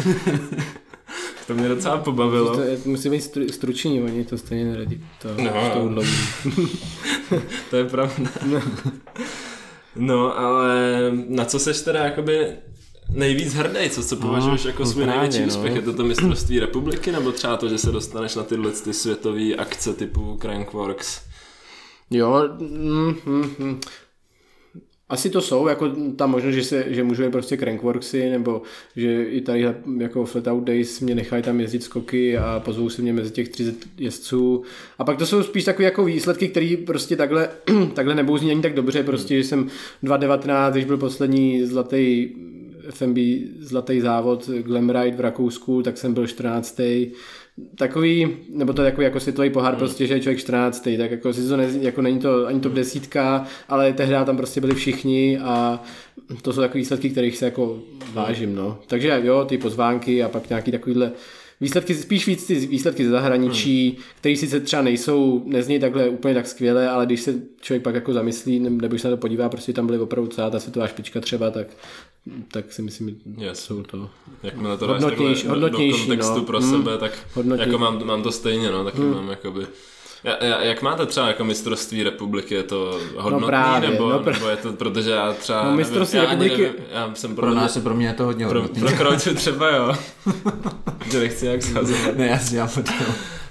To mě docela pobavilo.
To je, musí být stru, stručný, oni to stejně neradí. To,
no.
to,
to je pravda. No. No, ale na co seš teda jakoby nejvíc hrdý, co co považuješ no, jako svůj právě, největší no. úspěch? Je to to mistrovství republiky, nebo třeba to, že se dostaneš na tyhle ty světové akce typu Crankworx?
Jo, mm, mm, mm. Asi to jsou, jako ta možnost, že, se, že můžu jít prostě Crankworxy, nebo že i tady jako Flat Out Days mě nechají tam jezdit skoky a pozvou si mě mezi těch třicet jezdců. A pak to jsou spíš takové jako výsledky, které prostě takhle, takhle nebouzní ani tak dobře, prostě, že jsem dva tisíce devatenáct, když byl poslední zlatý F M B zlatý závod Glam Ride v Rakousku, tak jsem byl čtrnáctý Takový, nebo to je takový jako světový pohár, hmm. prostě, že je člověk čtrnáctý tak jako, to ne, jako není to ani top desítka, ale tehdy tam prostě byli všichni a to jsou takové výsledky, kterých se jako vážím, no. Takže jo, ty pozvánky a pak nějaký takovýhle výsledky, spíš víc ty výsledky ze zahraničí, hmm. které sice třeba nejsou, nezní takhle úplně tak skvěle, ale když se člověk pak jako zamyslí, nebo když se na to podívá, prostě tam byly opravdu celá ta světová špička třeba, tak tak si myslím, že yes. jsou to
jakmile to
hodnotnější,
do, do kontextu
no.
pro
mm.
sebe, tak jako mám, mám to stejně, no, taky mm. mám jakoby. Ja, ja, jak máte třeba jako mistrovství republiky, je to hodnotný,
no právě,
nebo,
no pr-
nebo je to, protože já třeba...
No mistrovství
nevím,
republiky...
Já, nevím, já jsem
pro, pro nás, pro mě je to hodně hodnotný.
Pro, pro Kroču třeba jo. Že nechci jak zhazovat.
Ne, já si já potom.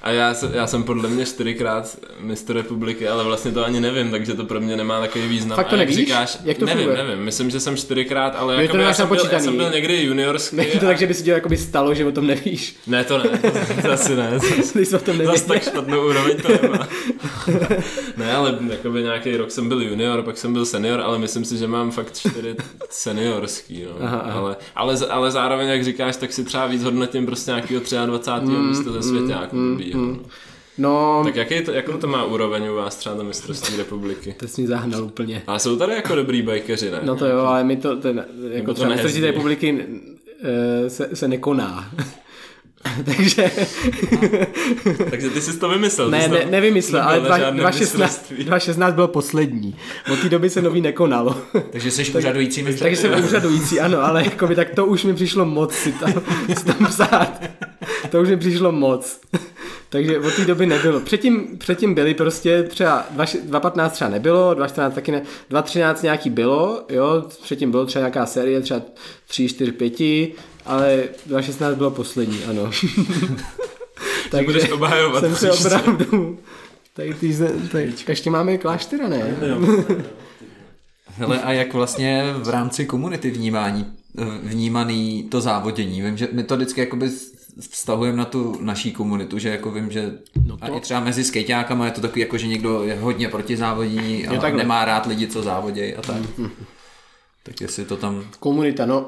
A já, já jsem podle mě čtyřikrát mistr republiky, ale vlastně to ani nevím, takže to pro mě nemá takový význam.
Fakt to nevíš? Jak,
říkáš,
jak to
nevím,
funguje?
nevím, myslím, že jsem čtyřikrát, ale
jako
já, jsem byl, já jsem byl někdy juniorský.
Není to
a...
tak, že by si tě jakoby stalo, že o tom nevíš?
Ne, to ne, to, to asi ne.
Ty o tom nevíš.
Zas tak špatnou úroveň to nemá. Ne, ale jakoby nějaký rok jsem byl junior, pak jsem byl senior, ale myslím si, že mám fakt čtyři seniorský. No. Aha, aha. Ale, ale, ale zároveň, jak říkáš, tak si třeba víc hodnotím prostě nějakého dvacátého třetího místa ze svěťáku. Mm, mm, mm.
No,
tak jaký to, jakou to má úroveň u vás třeba na mistrovství republiky?
To jsi mě zahnal úplně.
Ale jsou tady jako dobrý bajkeři, ne?
No to jo, ale my to, ten, jako třeba mistrovství republiky uh, se, se nekoná. Takže...
Takže ty jsi to vymyslel.
Ne, ne nevymyslel, ale dva tisíce šestnáct bylo poslední. Od té doby se nový nekonalo.
Takže jsi tak, úřadující mistr.
Takže jsem úřadující, ano, ale jako by, tak to už mi přišlo moc si tam, si tam psát. To už mi přišlo moc. Takže od té doby nebylo. Předtím, předtím byly prostě třeba dva patnáct třeba nebylo, dva čtrnáct taky ne, dva třináct nějaký bylo, jo, předtím bylo třeba nějaká série, třeba tři, čtyři, pět, ale dva šestnáct bylo poslední, ano. Takže jsem se opravdu... Tady ty, tady, ještě máme kláštera, ne?
Hele, a jak vlastně v rámci komunity vnímání, vnímaný to závodění? Vím, že my to vždycky jakoby vztahujeme na tu naší komunitu, že jako vím, že no to... a i třeba mezi skejťákama je to takový, jako že někdo je hodně proti závodění a nemá rád lidi, co závodějí a tak. Mm-hmm. Tak jestli to tam...
Komunita, no...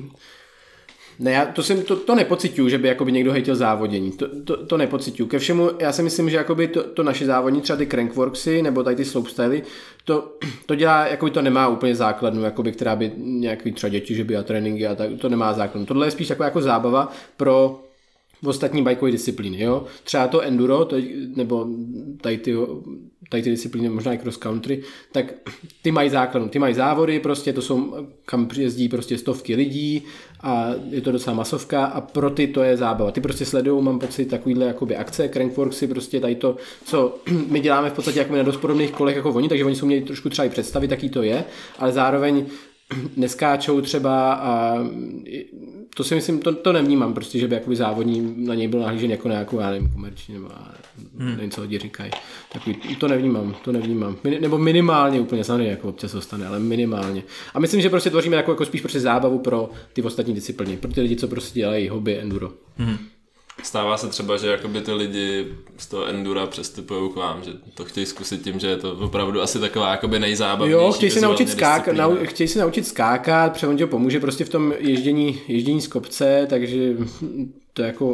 Ne, já to, jsem, to, to nepociťuju, že by jakoby někdo hejtil závodění. To, to, to nepociťuju. Ke všemu, já si myslím, že jakoby to, to naše závodní, třeba ty crankworksy nebo tady ty slopestyle, to, to dělá, jakoby to nemá úplně základnu, jakoby, která by nějaký třeba děti, že by a tréninky a tak, to nemá základnu. Tohle je spíš taková jako zábava pro ostatní bajkové disciplíny, jo. Třeba to enduro, to, nebo tady ty, tady ty disciplíny, možná i cross country, tak ty mají základnu, ty mají závody, prostě to jsou, kam jezdí prostě stovky lidí a je to docela masovka a pro ty to je zábava. Ty prostě sledují, mám pocit, takovýhle jakoby akce, crankworksy, prostě tady to, co my děláme v podstatě jako na dost podobných kolech jako oni, takže oni jsou měli trošku třeba i představit, jaký to je, ale zároveň neskáčou třeba a to si myslím, to, to nevnímám prostě, že by jakoby závodní na něj byl nahlížen jako nějakou, já nevím, komerční nebo hmm. nevím, co lidi říkají. Takový, to nevnímám, to nevnímám. Nebo minimálně úplně, samozřejmě jako občas ostane, ale minimálně. A myslím, že prostě tvoříme jako, jako spíš prostě zábavu pro ty ostatní disciplíny, pro ty lidi, co prostě dělají hobby enduro. Hmm.
Stává se třeba, že jakoby ty lidi z toho endura přestupují k vám, že to chtějí zkusit tím, že je to opravdu asi taková jakoby nejzábavnější.
Jo, chtějí se naučit skákat, nau, chtějí se naučit skákat, protože on tě pomůže prostě v tom ježdění, ježdění z kopce, takže to jako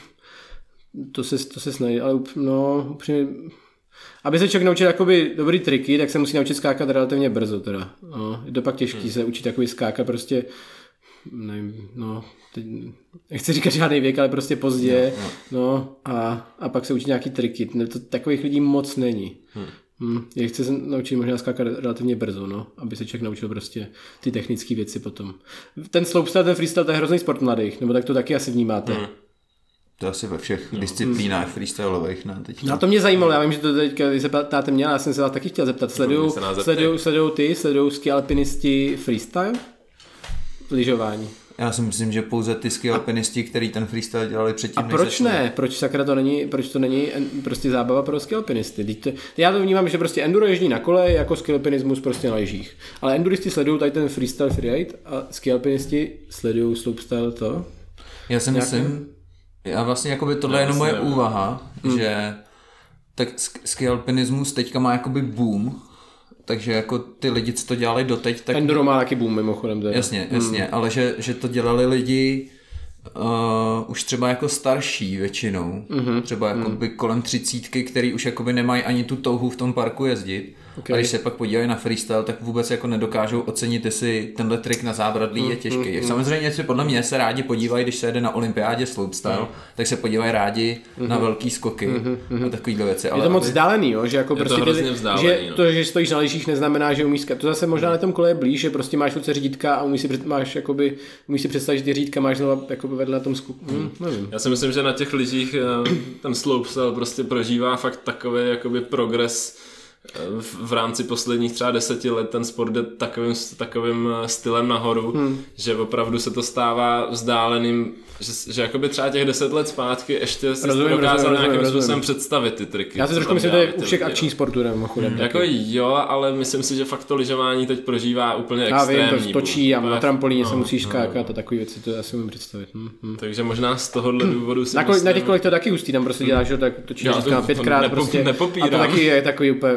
to se, to se snaží, ale no upřímně, aby se člověk naučil jakoby dobrý triky, tak se musí naučit skákat relativně brzo teda. No, je to pak těžký hmm. se učit takový skákat prostě nevím, no, teď, nechci říkat žádný věk, ale prostě pozdě, no, no. no a, a pak se učit nějaký triky. To, takových lidí moc není. Hmm. Hmm, je chce se naučit možná skákat relativně brzo, no, aby se člověk naučil prostě ty technické věci potom. Ten slopestyle, ten freestyle, to je hrozný sport mladých, nebo tak to taky asi vnímáte. Hmm.
To asi ve všech no. disciplínách hmm. freestyleových, ne? Teď
no to mě zajímalo, já vím, že to teďka vy se ptáte mě, ale já jsem se vás taky chtěl zeptat. Sledují sledují, sledují ty, sledují ski alpinisti freestyle? Lyžování.
Já si myslím, že pouze ty ski alpinisti, kteří ten freestyle dělali předtím.
A proč ne? Proč sakra to není, proč to není prostě zábava pro ski alpinisty? To, já to vnímám, že prostě enduro jezdí na kole jako ski alpinismus prostě na lyžích. Ale enduristi sledují tady ten freestyle freeride a ski alpinisti sledují slopestyle to.
Já si myslím, nějaké? já vlastně jakoby tohle je jenom moje nevím. úvaha, hmm. že tak ski alpinismus teďka má jakoby boom. Takže jako ty lidi, co to dělali doteď, tak...
Enduro má taky boom mimochodem. Teda.
Jasně, jasně, hmm. ale že, že to dělali lidi uh, už třeba jako starší většinou. Mm-hmm. Třeba jako by kolem třicítky, který už jakoby nemají ani tu touhu v tom parku jezdit. Okay. A když se pak podívají na freestyle, tak vůbec jako nedokážou ocenit, jestli tenhle trik na zábradlí mm, je těžký. Mm, Samozřejmě si podle mě se rádi podívají, když se jede na olympiádě slopestyle, mm. tak se podívají rádi mm, na velký skoky mm, a takovýhle věci.
Je ale to moc aby... vzdálený, jo? Že jako
je
prostě
to ty, vzdálený,
že
no.
to, že stojíš na lyžích, neznamená, že umíš skákat. To zase možná na tom kole je blíž, že prostě máš ruce řídítka a umíš si, před, máš, jakoby, umíš si představit, že ty řídítka máš znovu jakoby vedle na tom skoku. Mm, nevím.
Já si myslím, že na těch lyžích ten slopestyle prostě prožívá fakt takový jakoby progres v, v rámci posledních třeba deseti let ten sport jde takovým, takovým stylem nahoru, hmm. že opravdu se to stává vzdáleným, že, že jakoby třeba těch deset let zpátky ještě si rozumím, to dokázal rozumím, nějakým rozumím. způsobem představit ty triky.
Já si trošku myslím, že to je u všech akčních sportů mimochodem.
Hmm. Jako jo, ale myslím si, že fakt to lyžování teď prožívá úplně
já
extrémní.
Já vím, to točí a na trampolíně no, se musíš skákat no. a takový věci, to já si můžu představit. Hmm, hmm.
Takže možná z tohohle důvodu si
na, myslím... na těch kolech to taky hustý, tam prostě děláš, že tak točíš to pětkrát
nepo,
prostě.
Nepopírám.
A to taky je takový úplně,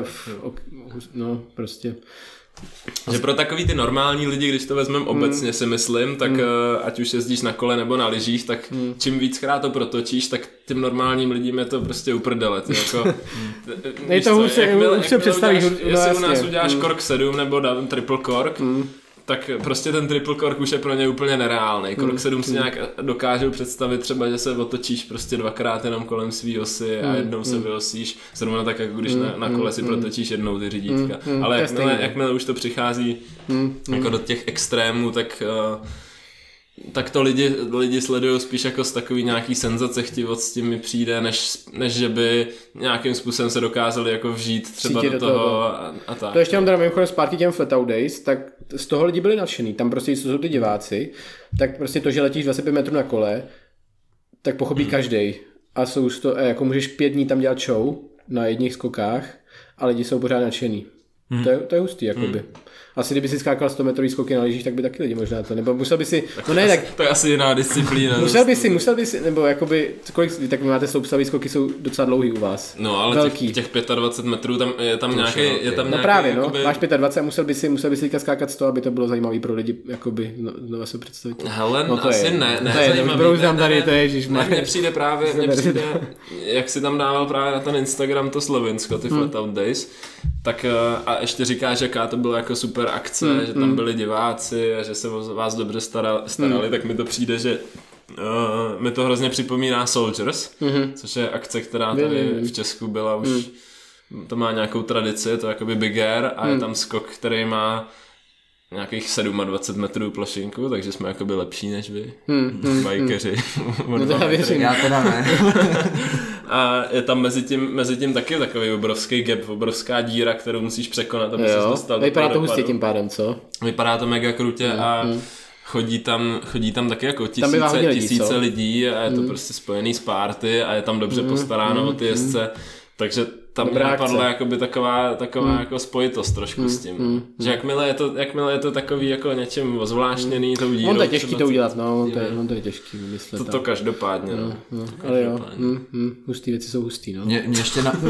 no prostě.
Že pro takový ty normální lidi, když to vezmeme obecně hmm. si myslím, tak hmm. ať už jezdíš na kole nebo na lyžích, tak hmm. čím víckrát to protočíš, tak těm normálním lidem je to prostě uprdele. Jako,
nej to už se, už se představíš.
Jestli u nás uděláš kork sedm nebo dám triple kork, hmm. tak prostě ten triple kork už je pro ně úplně nereálný. Kork sedm mm. si nějak dokážou představit třeba, že se otočíš prostě dvakrát jenom kolem svý osy a jednou mm. se vyosíš. Zrovna tak, jako když mm. na, na kole si protočíš jednou ty řídítka. Mm. Ale jakmile, jakmile už to přichází mm. jako do těch extrémů, tak... Uh, tak to lidi, lidi sledují spíš jako z takový nějaký senzacechtivost s tím mi přijde, než, než že by nějakým způsobem se dokázali jako vžít třeba Cítit do toho, toho. A, a tak.
To ještě mám teda mimochodem zpátky těm Flatout Days, tak z toho lidi byli nadšený, tam prostě jsou ty diváci, tak prostě to, že letíš dvacet pět metrů na kole, tak pochopí hmm. každej. A jsou to, jako můžeš pět dní tam dělat show na jedních skokách a lidi jsou pořád nadšený. Hmm. To, je, to je hustý, jakoby. Hmm. Asi kdyby si skákal sto metrový skoky na lyžích, tak by taky lidi možná to, nebo musel by si,
tak no ne, tak... To je asi jiná disciplína.
musel by si, musel by si, nebo jakoby, kolik, tak máte sloupstavý skoky, jsou docela dlouhý u vás.
No ale Velký. těch, těch dvacet pět metrů, tam je tam nějaký, je tam
no
nějaký,
právě, no,
jakoby...
máš dvacet pět a musel by si, musel by si skákat sto, aby to bylo zajímavý pro lidi, jakoby, no, znova se představit.
Hele,
no, to
asi
je,
ne, ne,
to je,
zajímavý.
Ne, tady, ne, to je, ježišmar.
Mně přijde právě, mně přijde, jak si tam dával právě na ten Instagram to Slovinsko, ty Flatout Days, tak a ještě říkáš, jaká to byla jako super akce, hmm, že tam hmm. byli diváci a že se o vás dobře starali, starali hmm. tak mi to přijde, že uh, mi to hrozně připomíná Soldiers, hmm. což je akce, která tady hmm. v Česku byla už, hmm. to má nějakou tradici, to je jakoby Big Air a hmm. je tam skok, který má nějakých dvacet sedm metrů plošinku, takže jsme jakoby lepší než vy, hmm. bajkeři.
Hmm. No to já věřím.
Já teda ne.
A je tam mezi tím, mezi tím taky takový obrovský gap, obrovská díra, kterou musíš překonat, aby se dostal do
vypadá to hustě tím pádem, co?
Vypadá to mega krutě hmm. a hmm. chodí tam, chodí tam taky jako tisíce, lidí, tisíce lidí a je to hmm. prostě spojený s party a je tam dobře hmm. postaráno hmm. o ty jezdce, takže tam mě napadla jakoby taková, taková hmm. jako spojitost trošku hmm. s tím. Hmm. Že jakmile je, to, jakmile je to takový jako něčím ozvláštněný tou dírou.
On to je těžký to udělat, no, on to je, on to je těžký vymyslet.
To, to každopádně, no.
no, no. To ale jo, hmm, hmm. hustý věci jsou hustý, no.
Mě, mě ještě na...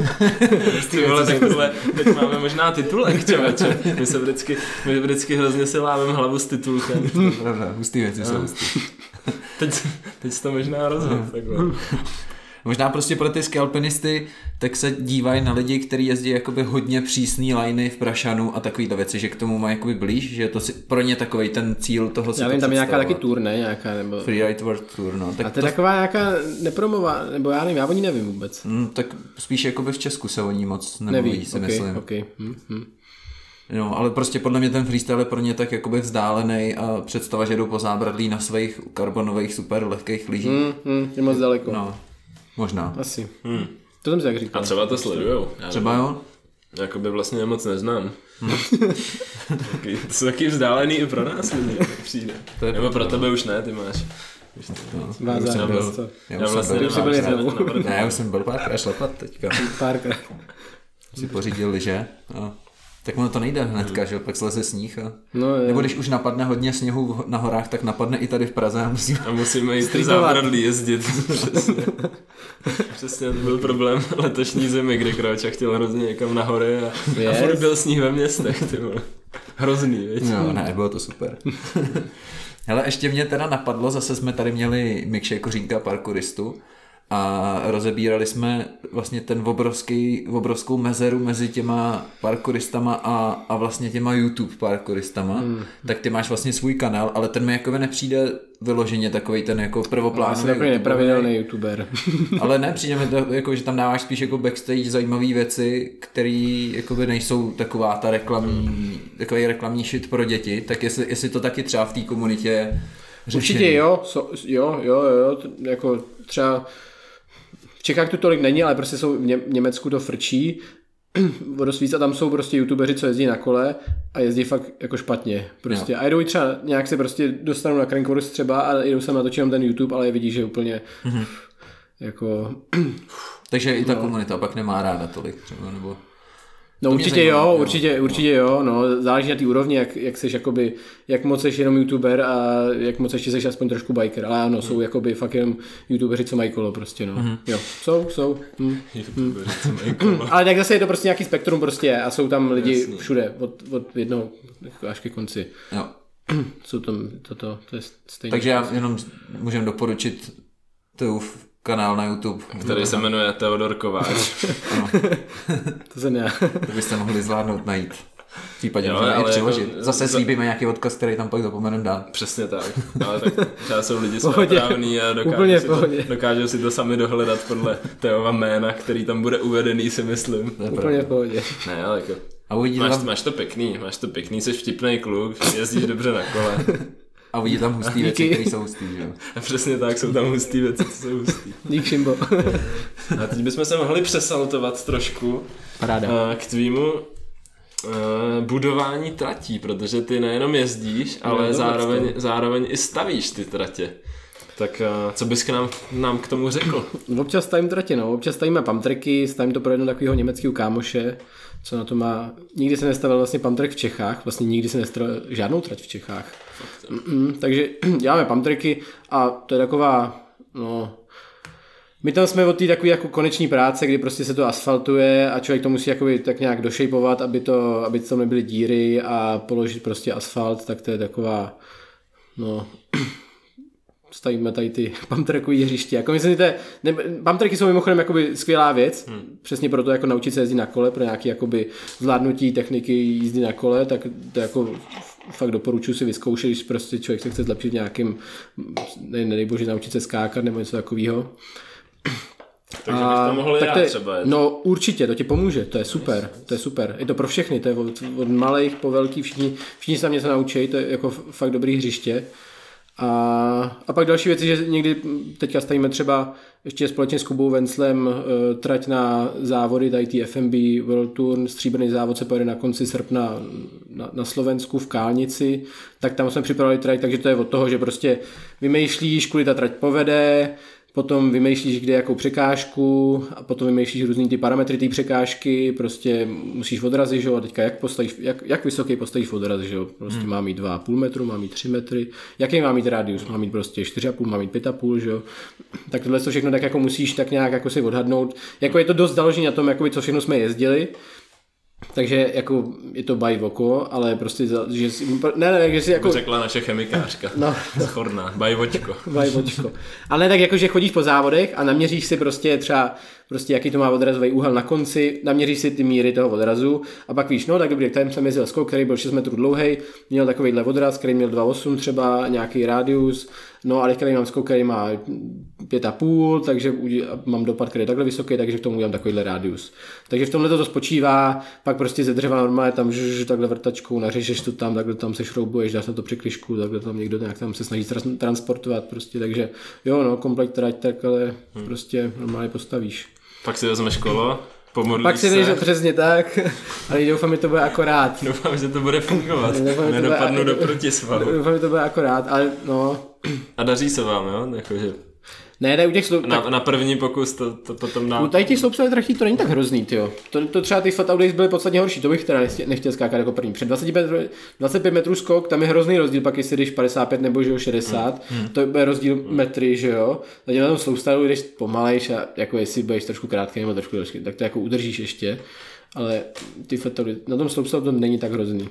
hustý vole, tak tohle, teď máme možná titulek, čověče. My se vždycky, my vždycky hrozně si lámem hlavu s titulkem.
Pravda, hustý věci jsou hustý.
teď, teď jsi to možná rozhodl, takhle.
Možná prostě pro ty skialpinisty tak se dívají na lidi, kteří jezdí jakoby hodně přísný liney v Prašanu a takovýto věci, že k tomu mají jakoby blíž, že je to si, pro ně takový ten cíl toho si
já vím, tam je nějaká taky tour, ne? Nějaká, nebo...
Freeride World Tour, no. Tak
a to je to... taková nějaká nepromová, nebo já nevím, já o ní nevím vůbec.
Mm, tak spíš jakoby v Česku se o ní moc nemluví, Neví. si
okay,
myslím.
Okay. Hm, hm.
No, ale prostě podle mě ten freestyle je pro ně tak jakoby vzdálený a představa, že jdou po zábradlí na svých karbonových super lehkých lyžích.
Mm, mm, je moc daleko.
No. Možná.
Asi. Hmm. To jsem si tak říkal.
A třeba to sledujou.
Třeba jo?
Jakoby vlastně moc neznám. Hmm. taky, to jsou taky vzdálený i pro nás lidi, přijde. Nebo pro tebe už ne, ty máš.
No, já, já, byl,
já, já vlastně
byl, byl, byl,
byl ne, já už jsem byl párkrát šlapat teďka.
Párkrát.
Si pořídil lyže a tak ono to nejde hnedka, že pak sleze sníh a...
No,
nebo když už napadne hodně sněhu na horách, tak napadne i tady v Praze a musíme,
a musíme jít ty zábradlí jezdit. Přesně. Přesně, to byl problém letošní zimy, kdy Kráča chtěl hrozně někam na hory a, yes. a furt byl sníh ve městech, ty vole. Hrozný, věď?
No ne, bylo to super. Hele, ještě mě teda napadlo, zase jsme tady měli Mikše Kořínka, parkouristu, a rozebírali jsme vlastně ten obrovský, obrovskou mezeru mezi těma parkouristama a, a vlastně těma YouTube parkouristama. Hmm. Tak ty máš vlastně svůj kanál, ale ten mi jakoby nepřijde vyloženě takový ten jako prvoplánový.
Asi takový nepravidelný YouTuber.
Ale ne, přijde mi to, jako, že tam dáváš spíš jako backstage zajímavé věci, které jakoby nejsou taková ta reklamní, takový reklamní shit pro děti, tak jestli, jestli to taky třeba v té komunitě řešení.
Určitě jo, so, jo, jo, jo, jako třeba v Čechách to tolik není, ale prostě jsou v Německu to frčí o dost víc a tam jsou prostě youtubeři, co jezdí na kole a jezdí fakt jako špatně prostě. Jo. A jdou i třeba nějak se prostě dostanou na Crankworks třeba a jdou se natočit ten YouTube, ale je vidí, že úplně mm-hmm. jako...
Takže i ta no. komunita pak nemá ráda tolik třeba, nebo...
No určitě jo, jo, určitě, určitě jo, no, záleží na té úrovni, jak, jak seš jakoby, jak moc seš jenom youtuber a jak moc ještě seš aspoň trošku biker, ale ano, mm. jsou jakoby fakt jenom youtubeři, co mají kolo prostě, no, mm. jo, jsou, jsou, mm.
youtubeři, co mají kolo.
Ale tak zase je to prostě nějaký spektrum prostě a jsou tam lidi Jasný. všude, od, od jednoho až ke konci.
Jo.
Jsou tam toto, to je stejné.
Takže já jenom můžem doporučit tu kanál na YouTube,
který se jmenuje Teodor Kováč.
To se ne.
To byste mohli zvládnout najít. V případě můžeme i přeložit. Jako, Zase slíbíme nějaký odkaz, který tam pak zapomeneme dát.
Přesně tak. Ale tak třeba jsou lidi svéprávní a dokážou si, to, dokážou si to sami dohledat podle Teova jména, který tam bude uvedený, si myslím.
Úplně v pohodě.
Ne, ale jako... A máš, tam... máš to pěkný, máš to pěkný, jsi vtipnej kluk, jezdíš dobře na kole.
A uvidí tam hustý věci, které jsou hustý, že jo?
A přesně tak, jsou tam hustý věci, co jsou hustý.
Dík, Šimbo.
A teď bychom se mohli přesaltovat trošku
Paráda.
K tvýmu uh, budování tratí, protože ty nejenom jezdíš, ale no, zároveň, zároveň i stavíš ty tratě. Tak uh, co bys k nám, nám k tomu řekl?
Občas stavím tratě, no. Občas stavíme pumptracky, stavím to pro jednoho takového německého kámoše, co na to má... Nikdy se nestavil vlastně pumptrack v Čechách, vlastně nikdy se nestavil žádnou trať v Čechách. Mm-mm, takže děláme pumptracky a to je taková, no... My tam jsme od té takové jako koneční práce, kdy prostě se to asfaltuje a člověk to musí jakoby tak nějak došejpovat, aby to, aby tam nebyly díry a položit prostě asfalt, tak to je taková, no... Stavíme tady ty pumptrackový hřiště. Jako myslím, že ne, pumptracky jsou mimochodem jakoby skvělá věc, hmm. přesně proto jako naučit se jezdit na kole, pro nějaké jakoby zvládnutí techniky jízdy na kole, tak to jako fakt doporučuji si vyzkoušet, když prostě člověk se chce zlepšit nějakým, ne, nedej bože, naučit se skákat nebo něco takového.
Takže bych to mohl já třeba jet.
No určitě, to ti pomůže, to je super, to je super. Je to pro všechny, to je od, od malých po velký, všichni, všichni se tam něco naučí, to je jako fakt dobrý hřiště. A, a pak další věci, že někdy teďka stavíme třeba ještě společně s Kubou Venclem uh, trať na závody, tady ty F M B World Tour, stříbrný závod se pojede na konci srpna na, na Slovensku v Kálnici, tak tam jsme připravili trať, takže to je od toho, že prostě vymýšlíš, kudy ta trať povede, potom vymýšlíš, kde jakou překážku a potom vymýšlíš různý ty parametry té překážky, prostě musíš odrazy, že jo, a teďka jak, postavíš, jak, jak vysoký postavíš odraz, že jo, prostě hmm. má mít dva a půl metru, má mít tři metry, jaký má mít rádius, má mít prostě čtyři a půl, má mít pět a půl, že jo, tak tohle to všechno tak jako musíš tak nějak jako si odhadnout, jako je to dost založené na tom, jakoby, co všechno jsme jezdili. Takže jako je to baj v oko, ale prostě, že si, ne, ne, že si jako...
Řekla naše chemikářka,
no,
schorná, baj vočko.
Baj vočko. Ale ne tak jako, že chodíš po závodech a naměříš si prostě třeba, prostě jaký to má odrazový úhel na konci, naměříš si ty míry toho odrazu a pak víš, no tak dobrý, tady jsem jezdil skok, který byl šest metrů dlouhý, měl takovýhle odraz, který měl dva osm třeba, nějaký rádius, no a teďka mám skok, který má pět a půl, takže mám dopad, který je takhle vysoký, takže k tomu udělám takovýhle rádius. Takže v tomhle to spočívá, pak prostě ze dřeva normálně tam žž, takhle vrtačkou, nařešeš to tam, takhle tam se šroubuješ, dáš na to překližku, takhle tam někdo nějak tam se snaží transportovat prostě, takže jo, no, komplet trať, tak ale hmm. prostě normálně postavíš.
Pak si vezmeš kolo, pomodlíš
Pak si než přesně tak, ale doufám, že to bude akorát.
Doufám, že to bude fungovat, nedopadnu do protisvalu.
Doufám, že to bude akorát, ale no.
A daří se vám, jo? Jakože...
Ne, ne, u těch sloup...
Na, na první pokus to, to potom na...
U tady těch sloupcových trachtí to není tak hrozný, tyjo. To, to třeba ty Flat Out Days byly podstatně horší, to bych teda nechtěl, nechtěl skákat jako první. Před dvacet pět metrů skok, tam je hrozný rozdíl, pak jestli jdeš padesát pět nebo že jo, šedesát, hmm. to je rozdíl hmm. metry, že jo. Takže na tom sloupstaru jdeš pomalejš a jako jestli budeš trošku krátký nebo trošku delší, tak to jako udržíš ještě. Ale ty Flat Out Days, na tom sloupstaru to není tak hrozný.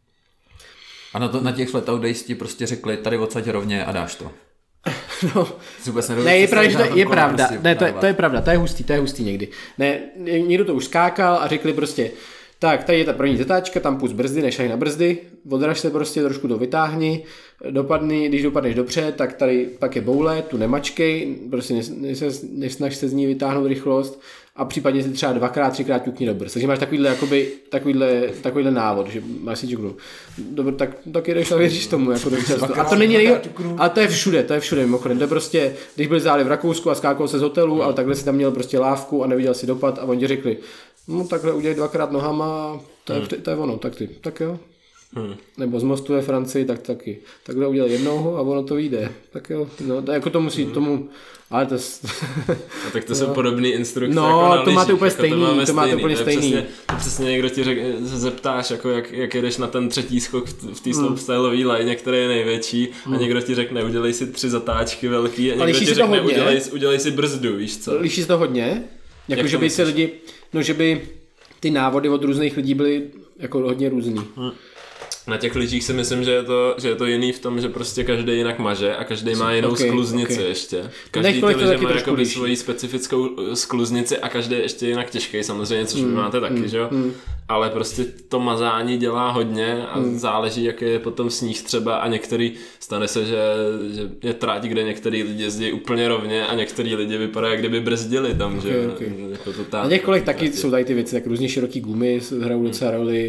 A na, to, na těch Flat Out Days ti prostě řekli, tady odsaď rovně a dáš to.
No, ne, je pravda, že to je pravda, prostě ne, to, je, to je pravda, to je hustý, to je hustý někdy. Ne, někdo to už skákal a řekli prostě, tak tady je ta první zatáčka, tam pust brzdy, nešaj na brzdy, odraž se prostě, trošku to vytáhni, dopadni, když dopadneš dobře, tak tady pak je boule, tu nemačkej, prostě nesnaž se z ní vytáhnout rychlost a případně si třeba dvakrát, třikrát ťukni do brzd. Takže máš takovýhle, jakoby, takovýhle, takovýhle návod, že máš si ťuknout. Dobře, tak, tak jdeš a věříš tomu, jako dost často. A to není nejde, a to je všude, to je všude mimochodem. To je prostě, když byli záli v Rakousku a skákal se z hotelu, ale takhle si tam měl prostě lávku a neviděl si dopad a oni ti řekli, no takhle udělej dvakrát nohama, to je, hmm. to je ono, tak ty, tak jo. Hmm. Nebo z mostu ve Francii, tak taky. Takhle udělal jednou a ono to vyjde. Tak jo, no, jako to musí hmm. tomu, ale to...
A tak to no. jsou podobný instrukce
no,
jako na
to máte úplně
jako
stejný,
to,
to
stejný.
máte úplně
to
stejný.
Přesně, to přesně někdo ti řek, se zeptáš, jako jak, jak jedeš na ten třetí skok v té slopestyleové line, který je největší hmm. a někdo ti řekne, udělej si tři zatáčky velký a někdo ti řekne, udělej, udělej si brzdu, víš co.
Liší se to hodně? Jako, jak že by si lidi, no že by ty návody od různých lidí byly jako hodně různý. Hmm.
Na těch lyžích si myslím, že je, to, že je to jiný v tom, že prostě každý jinak maže a každý má jinou okay, skluznici okay. ještě. Každý ty lyže má jakoby svoji specifickou skluznici a každý ještě jinak těžký samozřejmě, což mm, vy máte taky, mm, že jo? Mm. Ale prostě to mazání dělá hodně a mm. záleží, jaký je potom sníh třeba a některý, stane se, že, že je tráť, kde některý lidi jezdí úplně rovně a některý lidi vypadají, jak kdyby brzdili tam,
okay,
že
okay.
Jako to tá,
a několik taky jsou tady ty věci, tak různě široký gumy hrajou docela mm. roli.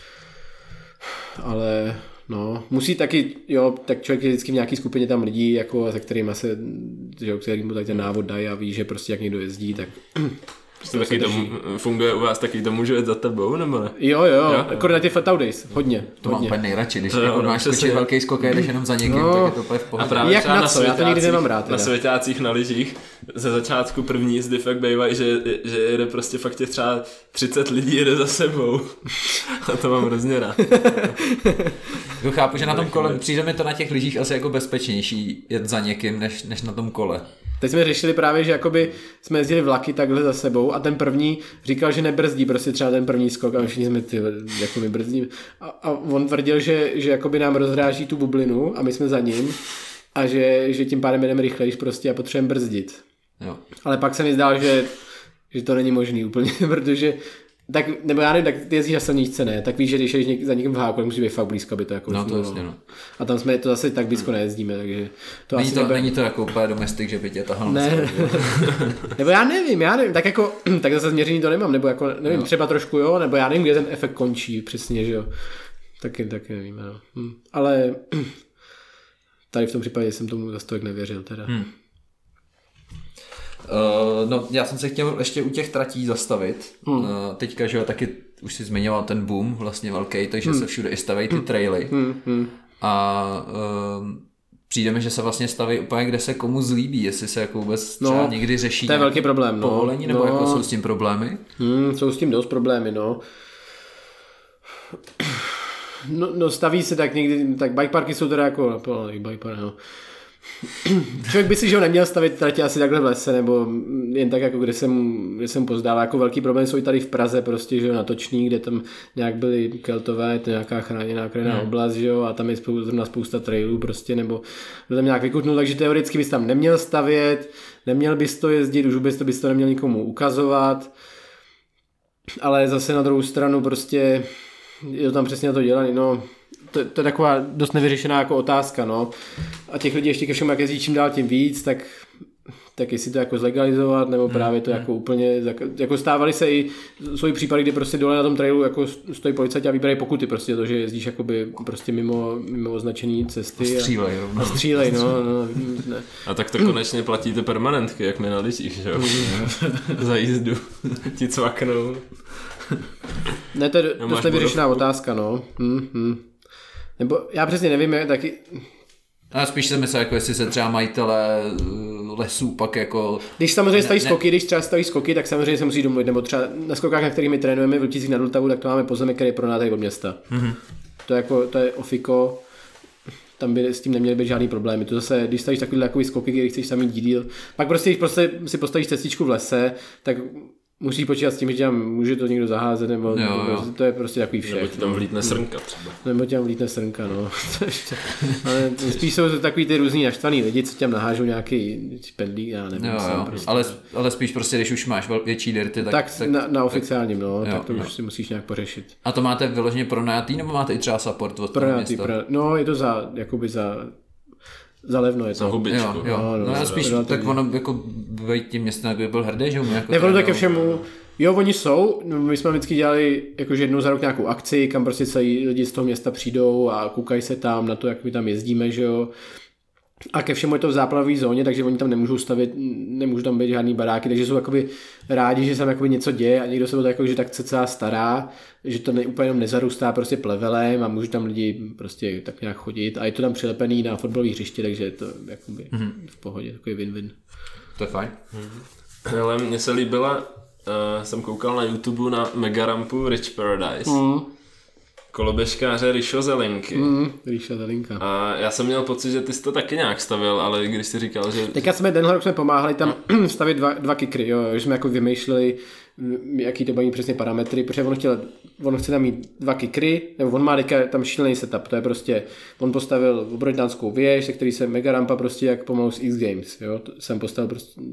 Ale no, musí taky, jo, tak člověk je vždycky v nějaký skupině tam lidí, jako, se kterými se, že, kterým mu tady ten návod dají a ví, že prostě jak někdo jezdí, tak
prostě taky to funguje u vás taky to může jít za tebou, nebo ne?
Jo, jo, jo. Akorát na těch Flat Out Days, hodně.
To
hodně.
mám úplně nejradši, když no, jako máš skočit velký skok a jdeš jenom za někým, no, tak je to úplně v pohodě.
A právě jak na co, já to nikdy nemám rád.
Teda. Na svěťácích na lyžích ze začátku první jízdy fakt bývají, že, že jede prostě fakt je třeba třicet lidí jede za sebou. A to mám hrozně rád.
Jo, chápu, že na tom kole, přijde mi to na těch lyžích asi jako bezpečnější jet za někým, než, než na tom kole.
Teď jsme řešili právě, že jakoby jsme jezdili vlaky takhle za sebou a ten první říkal, že nebrzdí prostě třeba ten první skok a všichni jsme ty, jako my brzdíme. A, a on tvrdil, že, že jakoby nám rozráží tu bublinu a my jsme za ním a že, že tím pádem jdeme rychlejš prostě a potřebujeme brzdit.
Jo.
Ale pak se mi zdál, že, že to není možný úplně, protože tak, nebo já nevím, tak ty jezdíš na silničce, ne? Tak víš, že když jdeš za někým v háku, tak musí být fakt blízko, aby to jako
no, to jasně, no.
A tam jsme to zase tak blízko nejezdíme, takže to
není
asi
to,
nebude...
není to jako úplně domestik, že by tě tahal.
Ne. Nebo já nevím, já nevím, tak jako, tak zase změření to nemám, nebo jako, nevím, jo. Třeba trošku jo, nebo já nevím, kde ten efekt končí přesně, že jo. Taky, taky nevím, no. Hm. Ale tady v tom případě jsem tomu zase tolik nevěřil teda. Hmm.
Uh, no, já jsem se chtěl ještě u těch tratí zastavit. Hmm. Uh, teďka, že jo, taky už si zmiňoval ten boom vlastně velký, takže hmm. se všude i staví ty traily. Hmm. Hmm. A uh, přijde mi, že se vlastně staví úplně, kde se komu zlíbí, jestli se jako vůbec třeba no, někdy řeší
to je velký problém, no.
povolení, nebo
no.
jako jsou s tím problémy?
Hmm, jsou s tím dost problémy, no. No, no staví se tak někdy, tak bikeparky jsou teda jako, no, bikepark, no. Člověk by si, že ho neměl stavit tratě asi takhle v lese, nebo jen tak jako kde jsem, kde jsem pozdával. Jako velký problém jsou i tady v Praze prostě, že jo, na Toční, kde tam nějak byly Keltové, to je nějaká chráněná krajinná hmm. oblast, že jo, a tam je spousta, spousta trailů prostě, nebo tam nějak vykutnul, takže teoreticky bys tam neměl stavět, neměl bys to jezdit, už bys to, bys to neměl nikomu ukazovat, ale zase na druhou stranu prostě je to tam přesně na to dělaný, no. To, to je taková dost nevyřešená jako otázka, no. A těch lidí ještě ke všemu, jak jezdí čím dál tím víc, tak, tak jestli to jako zlegalizovat, nebo právě to jako úplně, jako stávaly se i svoji případy, kdy prostě dole na tom trailu jako stojí policajti a vybírají pokuty prostě to, že jezdíš jakoby prostě mimo, mimo označený cesty.
A střílej,
a, a střílej, no, no ne.
A tak to konečně platíte permanentky, jak my na lyžích, že jo? Za jízdu. Ti cvaknou.
Ne, to je dost nevyřešená otázka, no. Hm, hm. Nebo já přesně nevím, jak taky...
A spíš se myslím, jako jestli se třeba majitele lesů pak jako...
Když samozřejmě staví skoky, když třeba staví skoky, tak samozřejmě se musí domluvit, nebo třeba na skokách, na kterých my trénujeme v Luticích nad Vltavou, tak to máme pozemek, který je pronátej od města. Mm-hmm. To je jako, to je ofiko, tam by s tím neměly být žádný problémy. To zase, když stavíš takový takový skoky, když chceš tam mít díl, pak prostě, když prostě si postavíš cestičku v lese, tak musí počítat s tím, že tam může to někdo zaházet, nebo, jo, nebo jo. to je prostě takový všech.
Nebo ti tam vlítne srnka třeba.
Nebo ti tam vlítne srnka, no. Ale spíš jsou to takový ty různý naštvaný lidi, co tam nahážou nějaký pendlík, já nevím.
Jo, jo. Prostě. Ale, ale spíš prostě, když už máš větší dirty, tak...
Tak, tak na, na oficiálním, no,
jo,
tak to
jo.
už si musíš nějak pořešit.
A to máte vyloženě pronajatý, nebo máte i třeba support od toho města?
Pro, no, je to za, jakoby za... Za levno je to.
Za hubičku.
Jo, jo. No, no, no, spíš, tak ono jako být tím městem, by byl hrdý, že umí jako...
Nebylo tak ke všemu, jo, oni jsou, my jsme vždycky dělali jakože jednou za rok nějakou akci, kam prostě celý lidi z toho města přijdou a koukají se tam na to, jak my tam jezdíme, že jo. A ke všemu je to v záplavové zóně, takže oni tam nemůžou stavět, nemůžou tam být žádný baráky, takže jsou jakoby rádi, že se tam jakoby něco děje a někdo se to jako, že tak cca stará, že to ne, úplně jenom nezarůstá prostě plevelem a můžou tam lidi prostě tak nějak chodit a je to tam přilepený na fotbalové hřiště, takže je to jakoby mm-hmm. v pohodě, takový win-win.
To je fajn.
Mm-hmm. Ale mně se líbila, uh, jsem koukal na YouTube na megarampu Rich Paradise. Mm. Koloběžkáře Rišo Zelinky.
Mm, Rišo Zelinka.
A já jsem měl pocit, že ty jsi to taky nějak stavil, ale když jsi říkal, že...
Teďka jsme tenhle rok jsme pomáhali tam no. stavit dva, dva kikry, jo, že jsme jako vymýšleli, jaký to mají přesně parametry, protože on chtěl, on chce tam mít dva kikry, nebo on má teďka tam šílený setup, to je prostě, on postavil obroďánskou věž, se který se mega rampa prostě jak pomalu z X Games, jo, to jsem postavil prostě...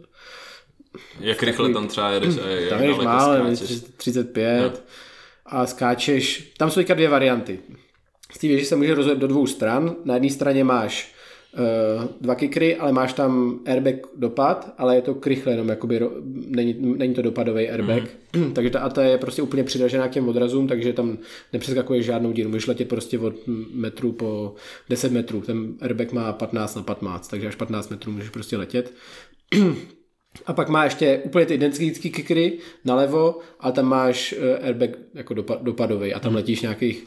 Jak rychle tam třeba jedeš a jak
tam jdeš
daleko
málo,
skáčeš.
třicet pět
no.
A skáčeš, tam jsou teďka dvě varianty. Z té věže se může rozhodit do dvou stran, na jedné straně máš uh, dva kikry, ale máš tam airbag dopad, ale je to krychle, jenom jakoby, není, není to dopadový airbag, mm. takže ta A T je prostě úplně přidažená k těm odrazům, takže tam nepřeskakuješ žádnou díru, můžeš letět prostě od metru po deset metrů, ten airbag má patnáct na patnáct, takže až patnáct metrů můžeš prostě letět. A pak má ještě úplně ty identické kikry nalevo, ale tam máš airbag jako dopadový a tam letíš nějakých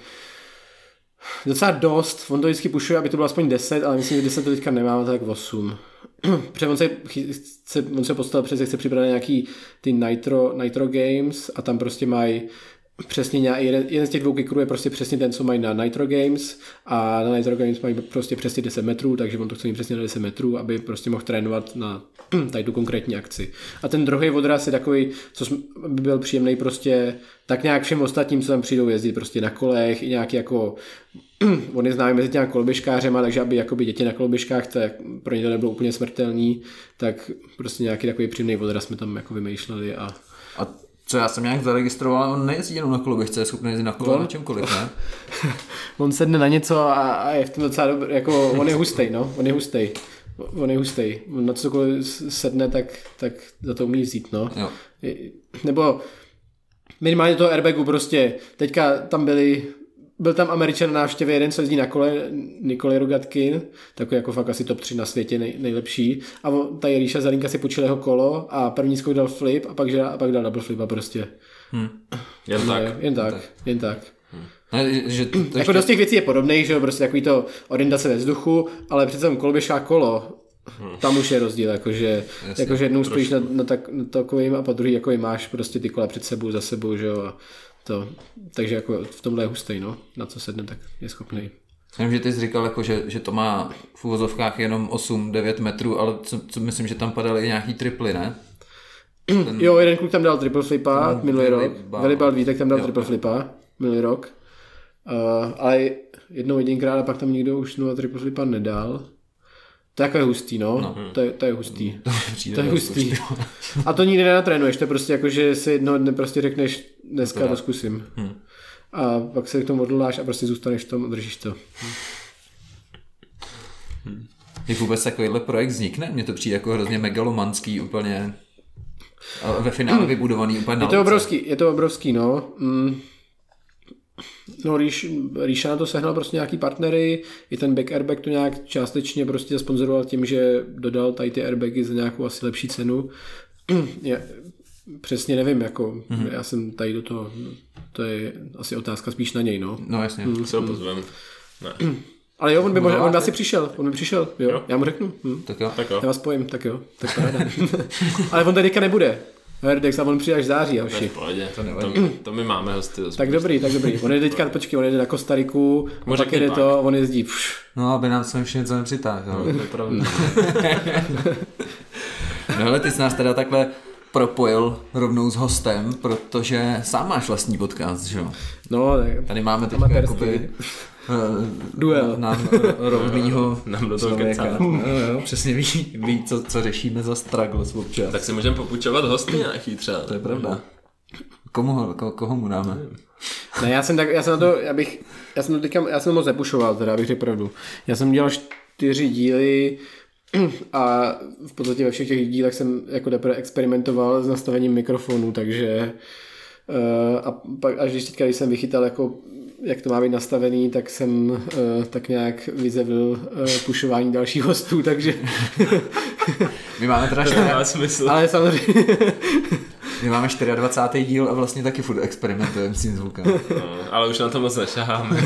docela dost. On to vždycky pušuje, aby to bylo aspoň deset, ale myslím, že deset to teďka nemáme, tak osm. Protože on se, chce, on se postavil přes, chce připravit nějaký ty Nitro, Nitro Games a tam prostě mají přesně nějaký, jeden, jeden z těch dvou kikrů je prostě přesně ten, co mají na Nitro Games a na Nitro Games mají prostě přesně deset metrů, takže on to chce mít přesně na deset metrů, aby prostě mohl trénovat na tady tu konkrétní akci. A ten druhý odraz je takový, co by byl příjemný prostě tak nějak všem ostatním, co tam přijdou jezdit prostě na kolech, i nějaký jako on je známý mezi těmi koloběžkářema, takže aby jakoby děti na koloběžkách, tak pro ně to nebylo úplně smrtelný, tak prostě nějaký takový příjemný odraz jsme tam jako vymýšleli a,
a co já jsem nějak zaregistroval, on nejezdí jenom na koloběžce, je schopný jezdit na kole, na čemkoliv, ne?
On sedne na něco a, a je v tom docela dobrý, jako on je hustej, no, on je hustej. On je hustej. On na cokoliv sedne, tak, tak za to umí vzít, no.
Jo.
Nebo minimálně toho airbagu prostě, teďka tam byli, byl tam Američan na návštěvě, jeden, co jezdí na kole, Nikolaj Rogatkin, takový jako fakt asi top tři na světě nej, nejlepší. A tady Ríša Zelinka si půjčil jeho kolo a první skok dal flip a pak, že, a pak dal double flip a prostě.
Hmm.
Jen tak.
Ne, jen tak, tak, jen tak.
Hmm. Ne, že to
jako
ještě...
dost těch věcí je podobných, že jo, prostě takový to orientace ve vzduchu, ale přece koloběžká kolo, hmm. tam už je rozdíl, jakože, jakože jednou trošku. Stojíš na, na, tak, na takovým a po druhý jako máš prostě ty kola před sebou, za sebou, že jo, a to, takže jako v tomhle je hustej, no, na co sedne, tak je schopný.
Vím, že ty jsi říkal, jako, že, že to má v uvozovkách jenom osm devět metrů, ale co, co myslím, že tam padaly i nějaký triply, ne? Ten...
Jo, jeden kluk tam dal triple flipa no, minulý rok, Velibal Vítek tam dal jo, triple flipa minulý rok, uh, ale jednou jedinkrát a pak tam nikdo už no triple flipa nedal. To je jako je hustý, no, no. To, je, to je hustý, to, to je hustý. A to nikdy nenatrénuješ, to je prostě jako, že si jednoho dne prostě řekneš, dneska to, to zkusím. Hmm. A pak se k tomu odhodláš a prostě zůstaneš v tom a držíš to.
Hmm. Jak vůbec takovýhle projekt vznikne? Mně to přijde jako hrozně megalomanský úplně. A ve finále vybudovaný úplně na
je to obrovský, je to obrovský, no. Mm. No, Ríš, Ríša na to sehnal prostě nějaký partnery, i ten back airbag to nějak částečně prostě zasponzoroval tím, že dodal tady ty airbagy za nějakou asi lepší cenu. Já přesně nevím, jako mm-hmm. já jsem tady do toho, to je asi otázka spíš na něj, no.
No jasně.
Mm. Se ho pozvem. Ne.
Ale jo, on by, možná, on by asi přišel, on by přišel, jo, jo. Já mu řeknu. Hm.
Tak jo.
Tak jo.
Já vás spojím, tak jo, tak paráda. Ale on tady teďka nebude. Herdex a on přijde až v září, hoši.
To, to, to my máme hosty.
Tak dobrý, tak dobrý. On je teďka, počkej, on jede na Kostariku, a pak jede to, on jezdí. Pš.
No, aby nám sem ještě něco nepřitáhl. No, to je pravda. No ale ty jsi nás teda takhle propojil rovnou s hostem, protože sám máš vlastní podcast, že jo?
No,
tady máme teďka jakoby
duel.
Nám rovnýho
nám do toho
člověka. No, jo, přesně ví, ví co, co řešíme za struggles občas.
Tak si můžeme popučovat hosty nějaký třeba.
To je pravda. Komu ho, ko, koho mu dáme?
Ne, já jsem tak, já jsem na to, já bych, já jsem to teďka, já jsem moc nepušoval, teda, abych řekl pravdu. Já jsem dělal čtyři díly a v podstatě ve všech těch dílech jsem jako teprve experimentoval s nastavením mikrofonu, takže uh, a pak až když teďka, když jsem vychytal jako jak to má být nastavený, tak jsem uh, tak nějak vyzevil uh, pušování dalších hostů, takže...
My máme teda
čtyři... smysl.
Ale samozřejmě...
My máme dvacátý čtvrtý díl a vlastně taky furt experimentujeme s tím zvukem.
No, ale už na to moc nešaháme.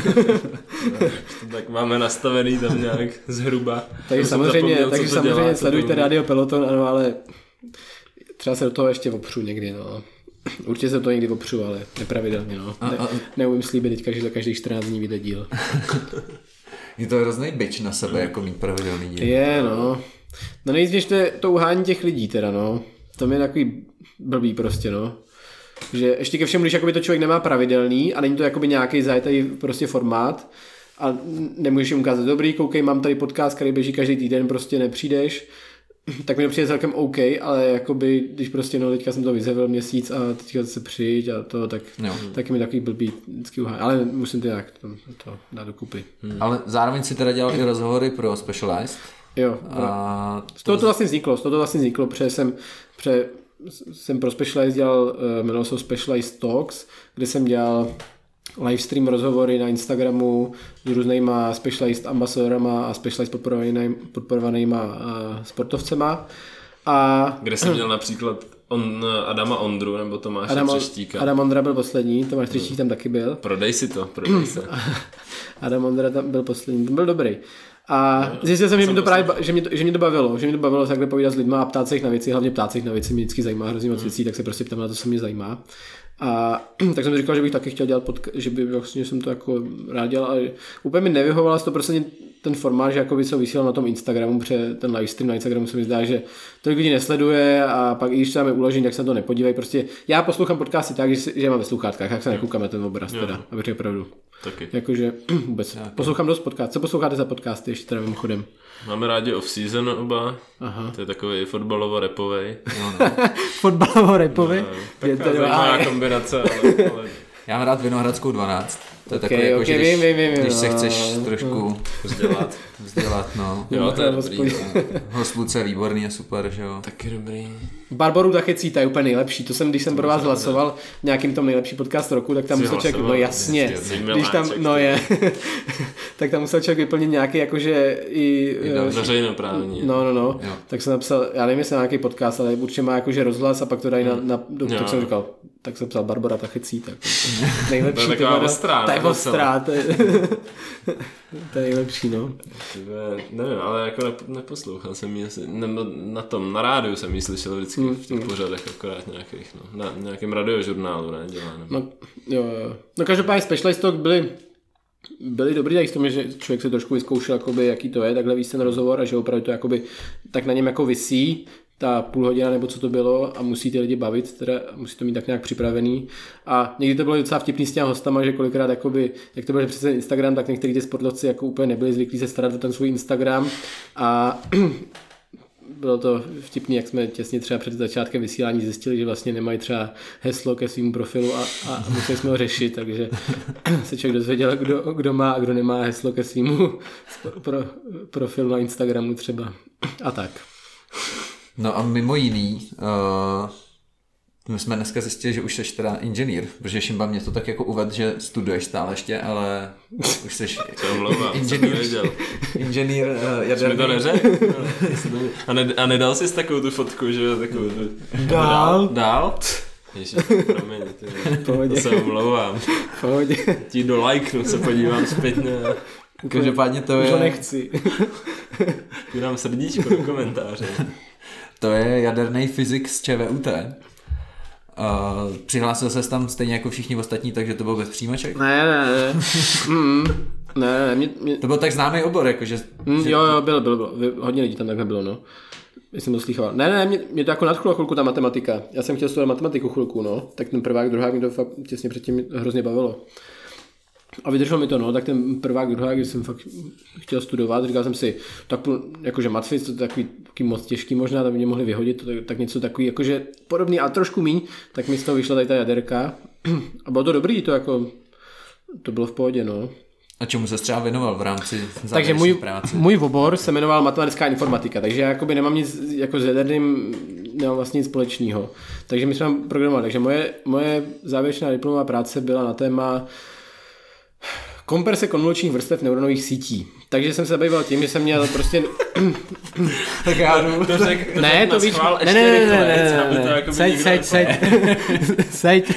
Tak máme nastavený tam nějak zhruba.
Takže samozřejmě, takže samozřejmě dělá, sledujte Radio Peloton, ano, ale třeba se do toho ještě opřu někdy, no. Určitě se to někdy opřu, ale nepravidelně, no. Ne, neumím slíbit teďka, že za každých čtrnáct dní vyjde díl.
Je to hrozný bič na sebe, jako mít pravidelný díl.
Je, no. No nejvíc, to je to uhání těch lidí teda, no. To je takový blbý prostě, no. Že ještě ke všemu, když jakoby to člověk nemá pravidelný a není to jakoby nějaký zajetý prostě formát a nemůžeš jim ukázat, dobrý, koukej, mám tady podcast, který běží každý týden, prostě nepřijdeš, tak mi to přijde celkem OK, ale jakoby, když prostě, no teďka jsem to vyzevil měsíc a teďka se přijď a to, tak
jo.
taky mi takový blbý vždycky uhání, ale musím to nějak to, to dát dokupy.
Hmm. Ale zároveň si teda dělal i rozhovory pro Specialized.
Jo.
A
z toho to vlastně vzniklo, z toho to vlastně vzniklo, protože jsem, protože jsem pro Specialized dělal, jmenoval se Specialized Talks, kde jsem dělal livestream rozhovory na Instagramu s různýma Specialized ambasadorama a Specialized podporovanýma, podporovanýma sportovcema. A
kde jsem měl například on, Adama Ondru nebo Tomáše
Adam,
Třeštíka.
Adam Ondra byl poslední, Tomáš Třeštík tam taky byl.
Prodej si to, prodej se.
Adam Ondra tam byl poslední, byl dobrý. A zjistil jsem, že mě, to právě, že, mě to, že mě to bavilo, že mě to bavilo takhle povídat s lidma a ptát se jich na věci, hlavně ptát se jich na věci mě vždycky zajímá hrozně moc věcí, tak se prostě ptám na to, co mě zajímá. A tak jsem říkal, že bych taky chtěl dělat podka- že by vlastně jsem to jako rád dělal, ale úplně mi nevyhovoval sto procent ten formát, že jako by se vysílal na tom Instagramu, protože ten livestream na Instagramu se mi zdá, že tolik lidí nesleduje a pak i když tam je uložený, tak se na to nepodívají. Prostě já poslouchám podcasty tak, že, že mám ve sluchátkách, tak se nekoukám na ten obraz teda, abych řekl pravdu.
Taky.
Jakože vůbec. Já, poslouchám dost podcast. Co posloucháte za podcasty ještě teda mimochodem?
Máme rádi Off-Season oba.
Aha.
To je takový fotbalovo-repovej.
No, no.
Fotbalovo-repovej?
No, taková zajímavá kombinace. Ale, ale...
Já mám rád Vinohradskou dvanáct. To je
okay,
takový, jako,
okay,
že když,
vím, vím, vím,
když se
no,
chceš
no,
trošku
no.
vzdělat, vzdělat, no.
Jo, to je dobrý.
Hospůdce je výborný a super, že jo.
Taky dobrý.
Barboru Tachecíta je úplně nejlepší. To jsem, když jsem pro vás hlasoval v nějakým tom nejlepší podcast roku, tak tam musel člověk, no jasně, když tam, no je, tak tam musel člověk vyplnit nějaký, jakože i...
Veřejnoprávní.
No, no, no. Jo. Tak jsem napsal, já nevím, jestli nějaký podcast, ale určitě má jakože rozhlas a pak to dají na, na do, tak jsem říkal, tak jsem psal Barbora Tachecíta. Nejlepší.
To je taková ostrá.
To je ostrá, to je... To je nejlepší, no.
Tyve, nevím, ale jako nep- neposlouchal jsem ji asi, nebo na tom, na rádiu jsem ji slyšel vždycky mm, v těch mm. pořadech akorát nějakých, no, na nějakém radiožurnálu, ne, dělá, nebo...
No, jo, jo. No každopádně Specialized Talk byli, byli dobrý, tak s tom, že člověk se trošku vyzkoušel, jakoby, jaký to je, takhle víc ten rozhovor a že opravdu to jakoby, tak na něm jako visí, ta půl hodina nebo co to bylo a musí ty lidi bavit, teda musí to mít tak nějak připravený a někdy to bylo docela vtipný s těma hostama, že kolikrát jakoby, jak to bylo přece Instagram, tak některý ty sportovci jako úplně nebyli zvyklí se starat o ten svůj Instagram a bylo to vtipný, jak jsme těsně třeba před začátkem vysílání zjistili, že vlastně nemají třeba heslo ke svým profilu a, a museli jsme ho řešit, takže se člověk dozvěděl, kdo, kdo má a kdo nemá heslo ke svýmu pro, profilu na Instagramu třeba a tak.
No a mimo jiný, uh, my jsme dneska zjistili, že už jsi teda inženýr, protože Šimba mě to tak jako uvedl, že studuješ stále ještě, ale už jsi inženýr, inženýr uh, jaderný.
Jsi mi to neřekl? A, ne, a nedal jsi takovou tu fotku, že jo? Takovou tu...
Dál?
Dál? Ježiš, promiň, ty, to se omlouvám.
Pohodě.
Ti do lajknu, se podívám zpětně.
Každopádně to je...
Už ho nechci.
Ti dám srdíčko do komentáře.
To je jaderný fyzik z ČVUT. Uh, přihlásil ses tam stejně jako všichni ostatní, takže to bylo bez přijímaček?
Ne, ne, ne. Mm, ne, ne, mě, mě...
To byl tak známý obor, jakože...
Mm, jo, jo, bylo, bylo, bylo. Hodně lidí tam takhle bylo, no. Jsem to slychal. Ne, ne, mě, mě to jako nadchlo chvilku ta matematika. Já jsem chtěl studovat matematiku chvilku, no. Tak ten prvák, druhák mě to fakt těsně předtím hrozně bavilo. A vydrželo mi to, no, tak ten prvák, druhák, když jsem fakt chtěl studovat, říkal jsem si, tak jakože matfiz, to je takový, takový moc těžký možná, tam mě mohli vyhodit, tak, tak něco takový, jakože podobný, ale trošku míň, tak mi z toho vyšla tady ta jaderka a bylo to dobrý, to jako, to bylo v pohodě, no.
A čemu se třeba věnoval v rámci
takže můj,
práce?
můj obor se jmenoval matematická informatika, takže já jakoby nemám nic jako s jaderným, nemám vlastně nic společného. Takže my jsme programovali, takže moje, moje závěrečná diplomová práce byla na téma Komprese konvolučních vrstev neuronových sítí. Takže jsem se zabýval tím, že jsem měl prostě...
tak já jdu... To řek, to
ne, to víš... Ne, ne, ne, ne, ne, ne, ne. Seď, seď, seď. Seď.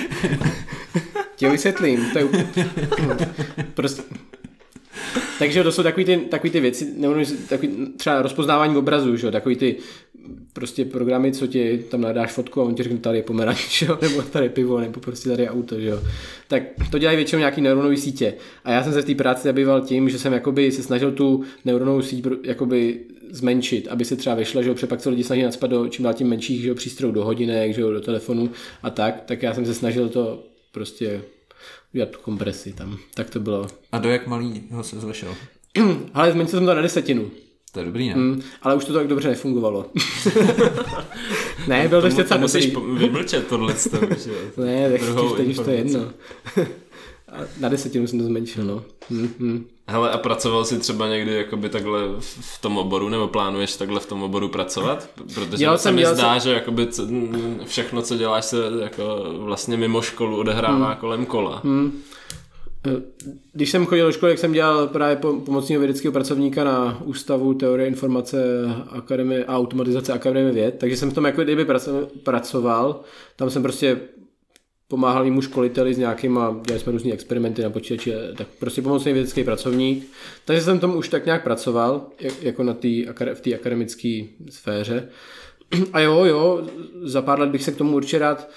Tě vysvětlím. To je... prostě... Takže to jsou takový ty, takový ty věci, nebo takový, třeba rozpoznávání obrazu, že? Takový ty prostě programy, co ti tam nadáš fotku a on ti řekne, tady je pomeranč, nebo tady je pivo, nebo prostě tady je auto, že jo. Tak to dělají většinou nějaký neuronové sítě. A já jsem se v té práci zabýval tím, že jsem jakoby se snažil tu neuronovou síť jakoby zmenšit, aby se třeba vyšla, že jo, protože pak se lidi snaží nacpat do čím dál tím menších, že jo, přístrojů, do hodinek, že jo, do telefonu a tak, tak já jsem se snažil to prostě udělat tu kompresi tam. Tak to bylo.
A do jak malýho se zvešel?
Ale zmenšil jsem to na desetinu.
To je dobrý, ne?
Mm, ale už to tak dobře nefungovalo. ne, byl to ještě
docela dobrý. Musíš vymlčet tohle.
ne, tak teď už to je jedno. A na desetinu jsem to zmenšil, no. Mm-hmm.
Hele, a pracoval jsi třeba někdy jakoby takhle v tom oboru, nebo plánuješ takhle v tom oboru pracovat? Protože dělal se jsem, mi zdá, jsem... že jakoby všechno, co děláš, se jako vlastně mimo školu odehrává mm. kolem kola. Mm.
Když jsem chodil do školy, jak jsem dělal právě pomocného vědeckého pracovníka na Ústavu teorie informace akademie a automatizace akademie věd, takže jsem v tom jako kdyby pracoval, tam jsem prostě pomáhal mému školiteli s nějakýma, dělali jsme různý experimenty na počítači, tak prostě pomocný vědecký pracovník, takže jsem tom už tak nějak pracoval, jako na tý, v té akademické sféře. A jo, jo, za pár let bych se k tomu určitě rád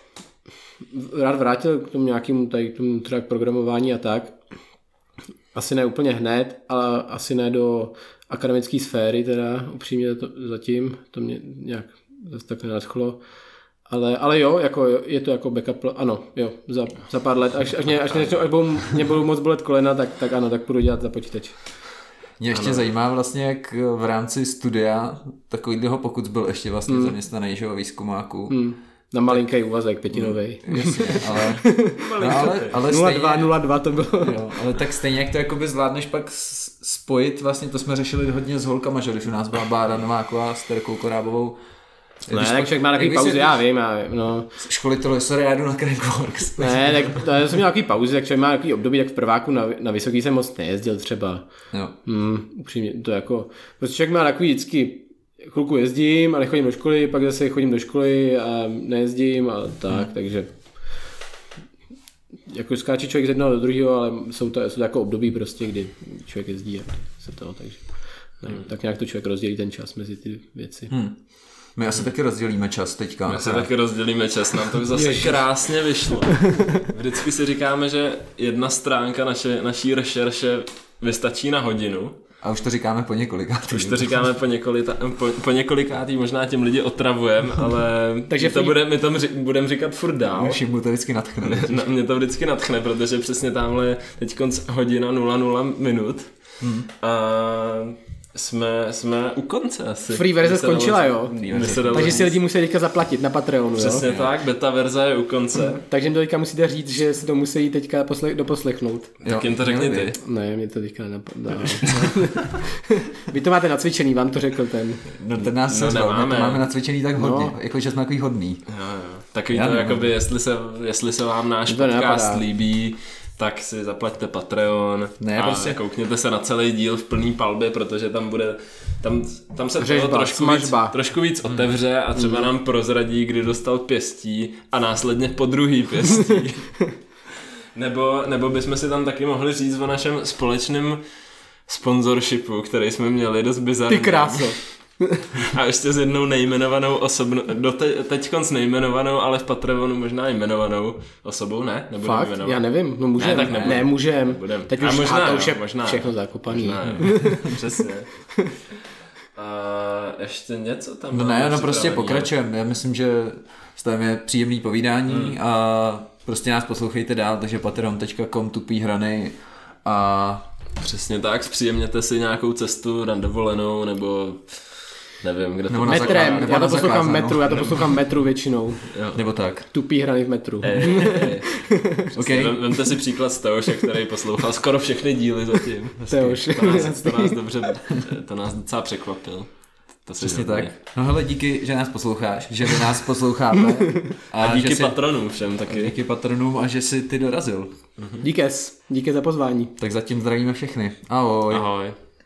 rád vrátil k tomu nějakému tady, k tomu třeba k programování a tak. Asi ne úplně hned, ale asi ne do akademické sféry teda, upřímně to, zatím, to mě nějak zase tak nenadchlo. Ale, ale jo, jako, je to jako backup, ano, jo, za, za pár let, až, až, mě, až, mě, až budou, mě budou moc bolet kolena, tak, tak ano, tak půjdu dělat za počítač.
Mě ještě ano. zajímá vlastně, jak v rámci studia takovýho, pokud byl ještě vlastně hmm. zaměstnaný, že, výzkumáku, hmm.
Na malinký úvazek, pětinovej.
Jasně, ale, no, ale, ale
nula dva nula dva to bylo.
Jo, ale tak stejně, jak to jakoby zvládneš pak spojit, vlastně to jsme řešili hodně s holkama, že když u nás byla Bára Nováková s Terkou Korábovou.
Ne, tak člověk má takový pauzy, já vím, já vím, no.
Školitele, sorry, já jdu na Crankworks.
Ne, tak to, já jsem měl takový pauzy, tak člověk má takový období, jak v prváku na, na vysoký jsem moc nejezdil třeba.
Jo.
Hmm, upřímně, to jako, prostě člověk má takový vždycky, chvilku jezdím a nechodím do školy, pak zase chodím do školy a nejezdím a tak, hmm. takže jako skáče člověk z jednoho do druhého, ale jsou to, jsou to jako období prostě, kdy člověk jezdí a se toho, takže nevím, hmm. tak nějak to člověk rozdělí ten čas mezi ty věci.
Hmm. My asi taky rozdělíme čas teďka.
My asi taky rozdělíme čas, nám to zase Ježiš. krásně vyšlo. Vždycky si říkáme, že jedna stránka naše, naší rešerše vystačí na hodinu.
A už to říkáme po několikátý.
Už to říkáme po, několika, po, po několikátý, možná tím lidi otravujeme, ale takže to bude, my to budeme říkat furt dál.
Už mu to vždycky natchne.
Na, mě to vždycky natchne, protože přesně tamhle je teď konc hodina nula nula minut. Hmm. A jsme, jsme u konce asi.
Free verze skončila, jo? Takže si lidi musí teďka zaplatit na Patreonu,
přesně
jo?
Přesně tak, beta verze je u konce. Hmm.
Takže jim to teďka musíte říct, že si to musí teďka posle- doposlechnout.
Jo, tak jim to řekni ty.
Ne, mě to teďka nenapadá. Vy to máte nacvičený, vám to řekl ten.
No ten nás no, nemáme. máme nacvičený tak hodně, no. Jakože jsme takový hodný.
Jo, jo. Takový to, jakoby, jestli se, jestli se vám náš podcast nenapadá. líbí, tak si zaplaťte Patreon ne, a prostě koukněte se na celý díl v plný palbě, protože tam bude, tam, tam se toho trošku víc, trošku víc hmm. otevře a třeba hmm. nám prozradí, kdy dostal pěstí a následně po druhý pěstí. nebo, nebo bychom si tam taky mohli říct o našem společném sponsorshipu, který jsme měli dost bizarní.
Ty kráso.
A ještě s jednou nejmenovanou osobnou, do te, teďkonc nejmenovanou, ale v Patreonu možná jmenovanou osobou, ne?
Nebudeme Fakt? Jmenovat. Já nevím, no můžem. Ne, tak nebudem. Ne, můžem.
Nebudem.
Teď už,
možná,
to už je
možná,
všechno zakopaný.
Možná, přesně. A ještě něco tam?
No ne, no prostě pokračujeme. Já myslím, že stavím je příjemný povídání hmm. a prostě nás poslouchejte dál, takže patreon tečka com tupý hrany a...
Přesně tak, zpříjemněte si nějakou cestu na dovolenou, nebo... Nevím, kde to...
Nebo metrem, nebo já to poslouchám v metru, já to poslouchám v metru většinou.
Jo.
Nebo tak.
Tupý hrany v metru.
Ej, ej. Okay. Vem, vemte si příklad z Teoše, který poslouchal skoro všechny díly zatím.
Teoš.
To nás, to nás dobře, to nás docela překvapil. To
přesně tak. No hele, díky, že nás posloucháš, že vy nás posloucháte.
A, a díky
že si,
patronům všem taky.
Díky patronům a že si ty dorazil.
Díkes, díky za pozvání.
Tak zatím zdravíme všechny. Ahoj.
Ahoj.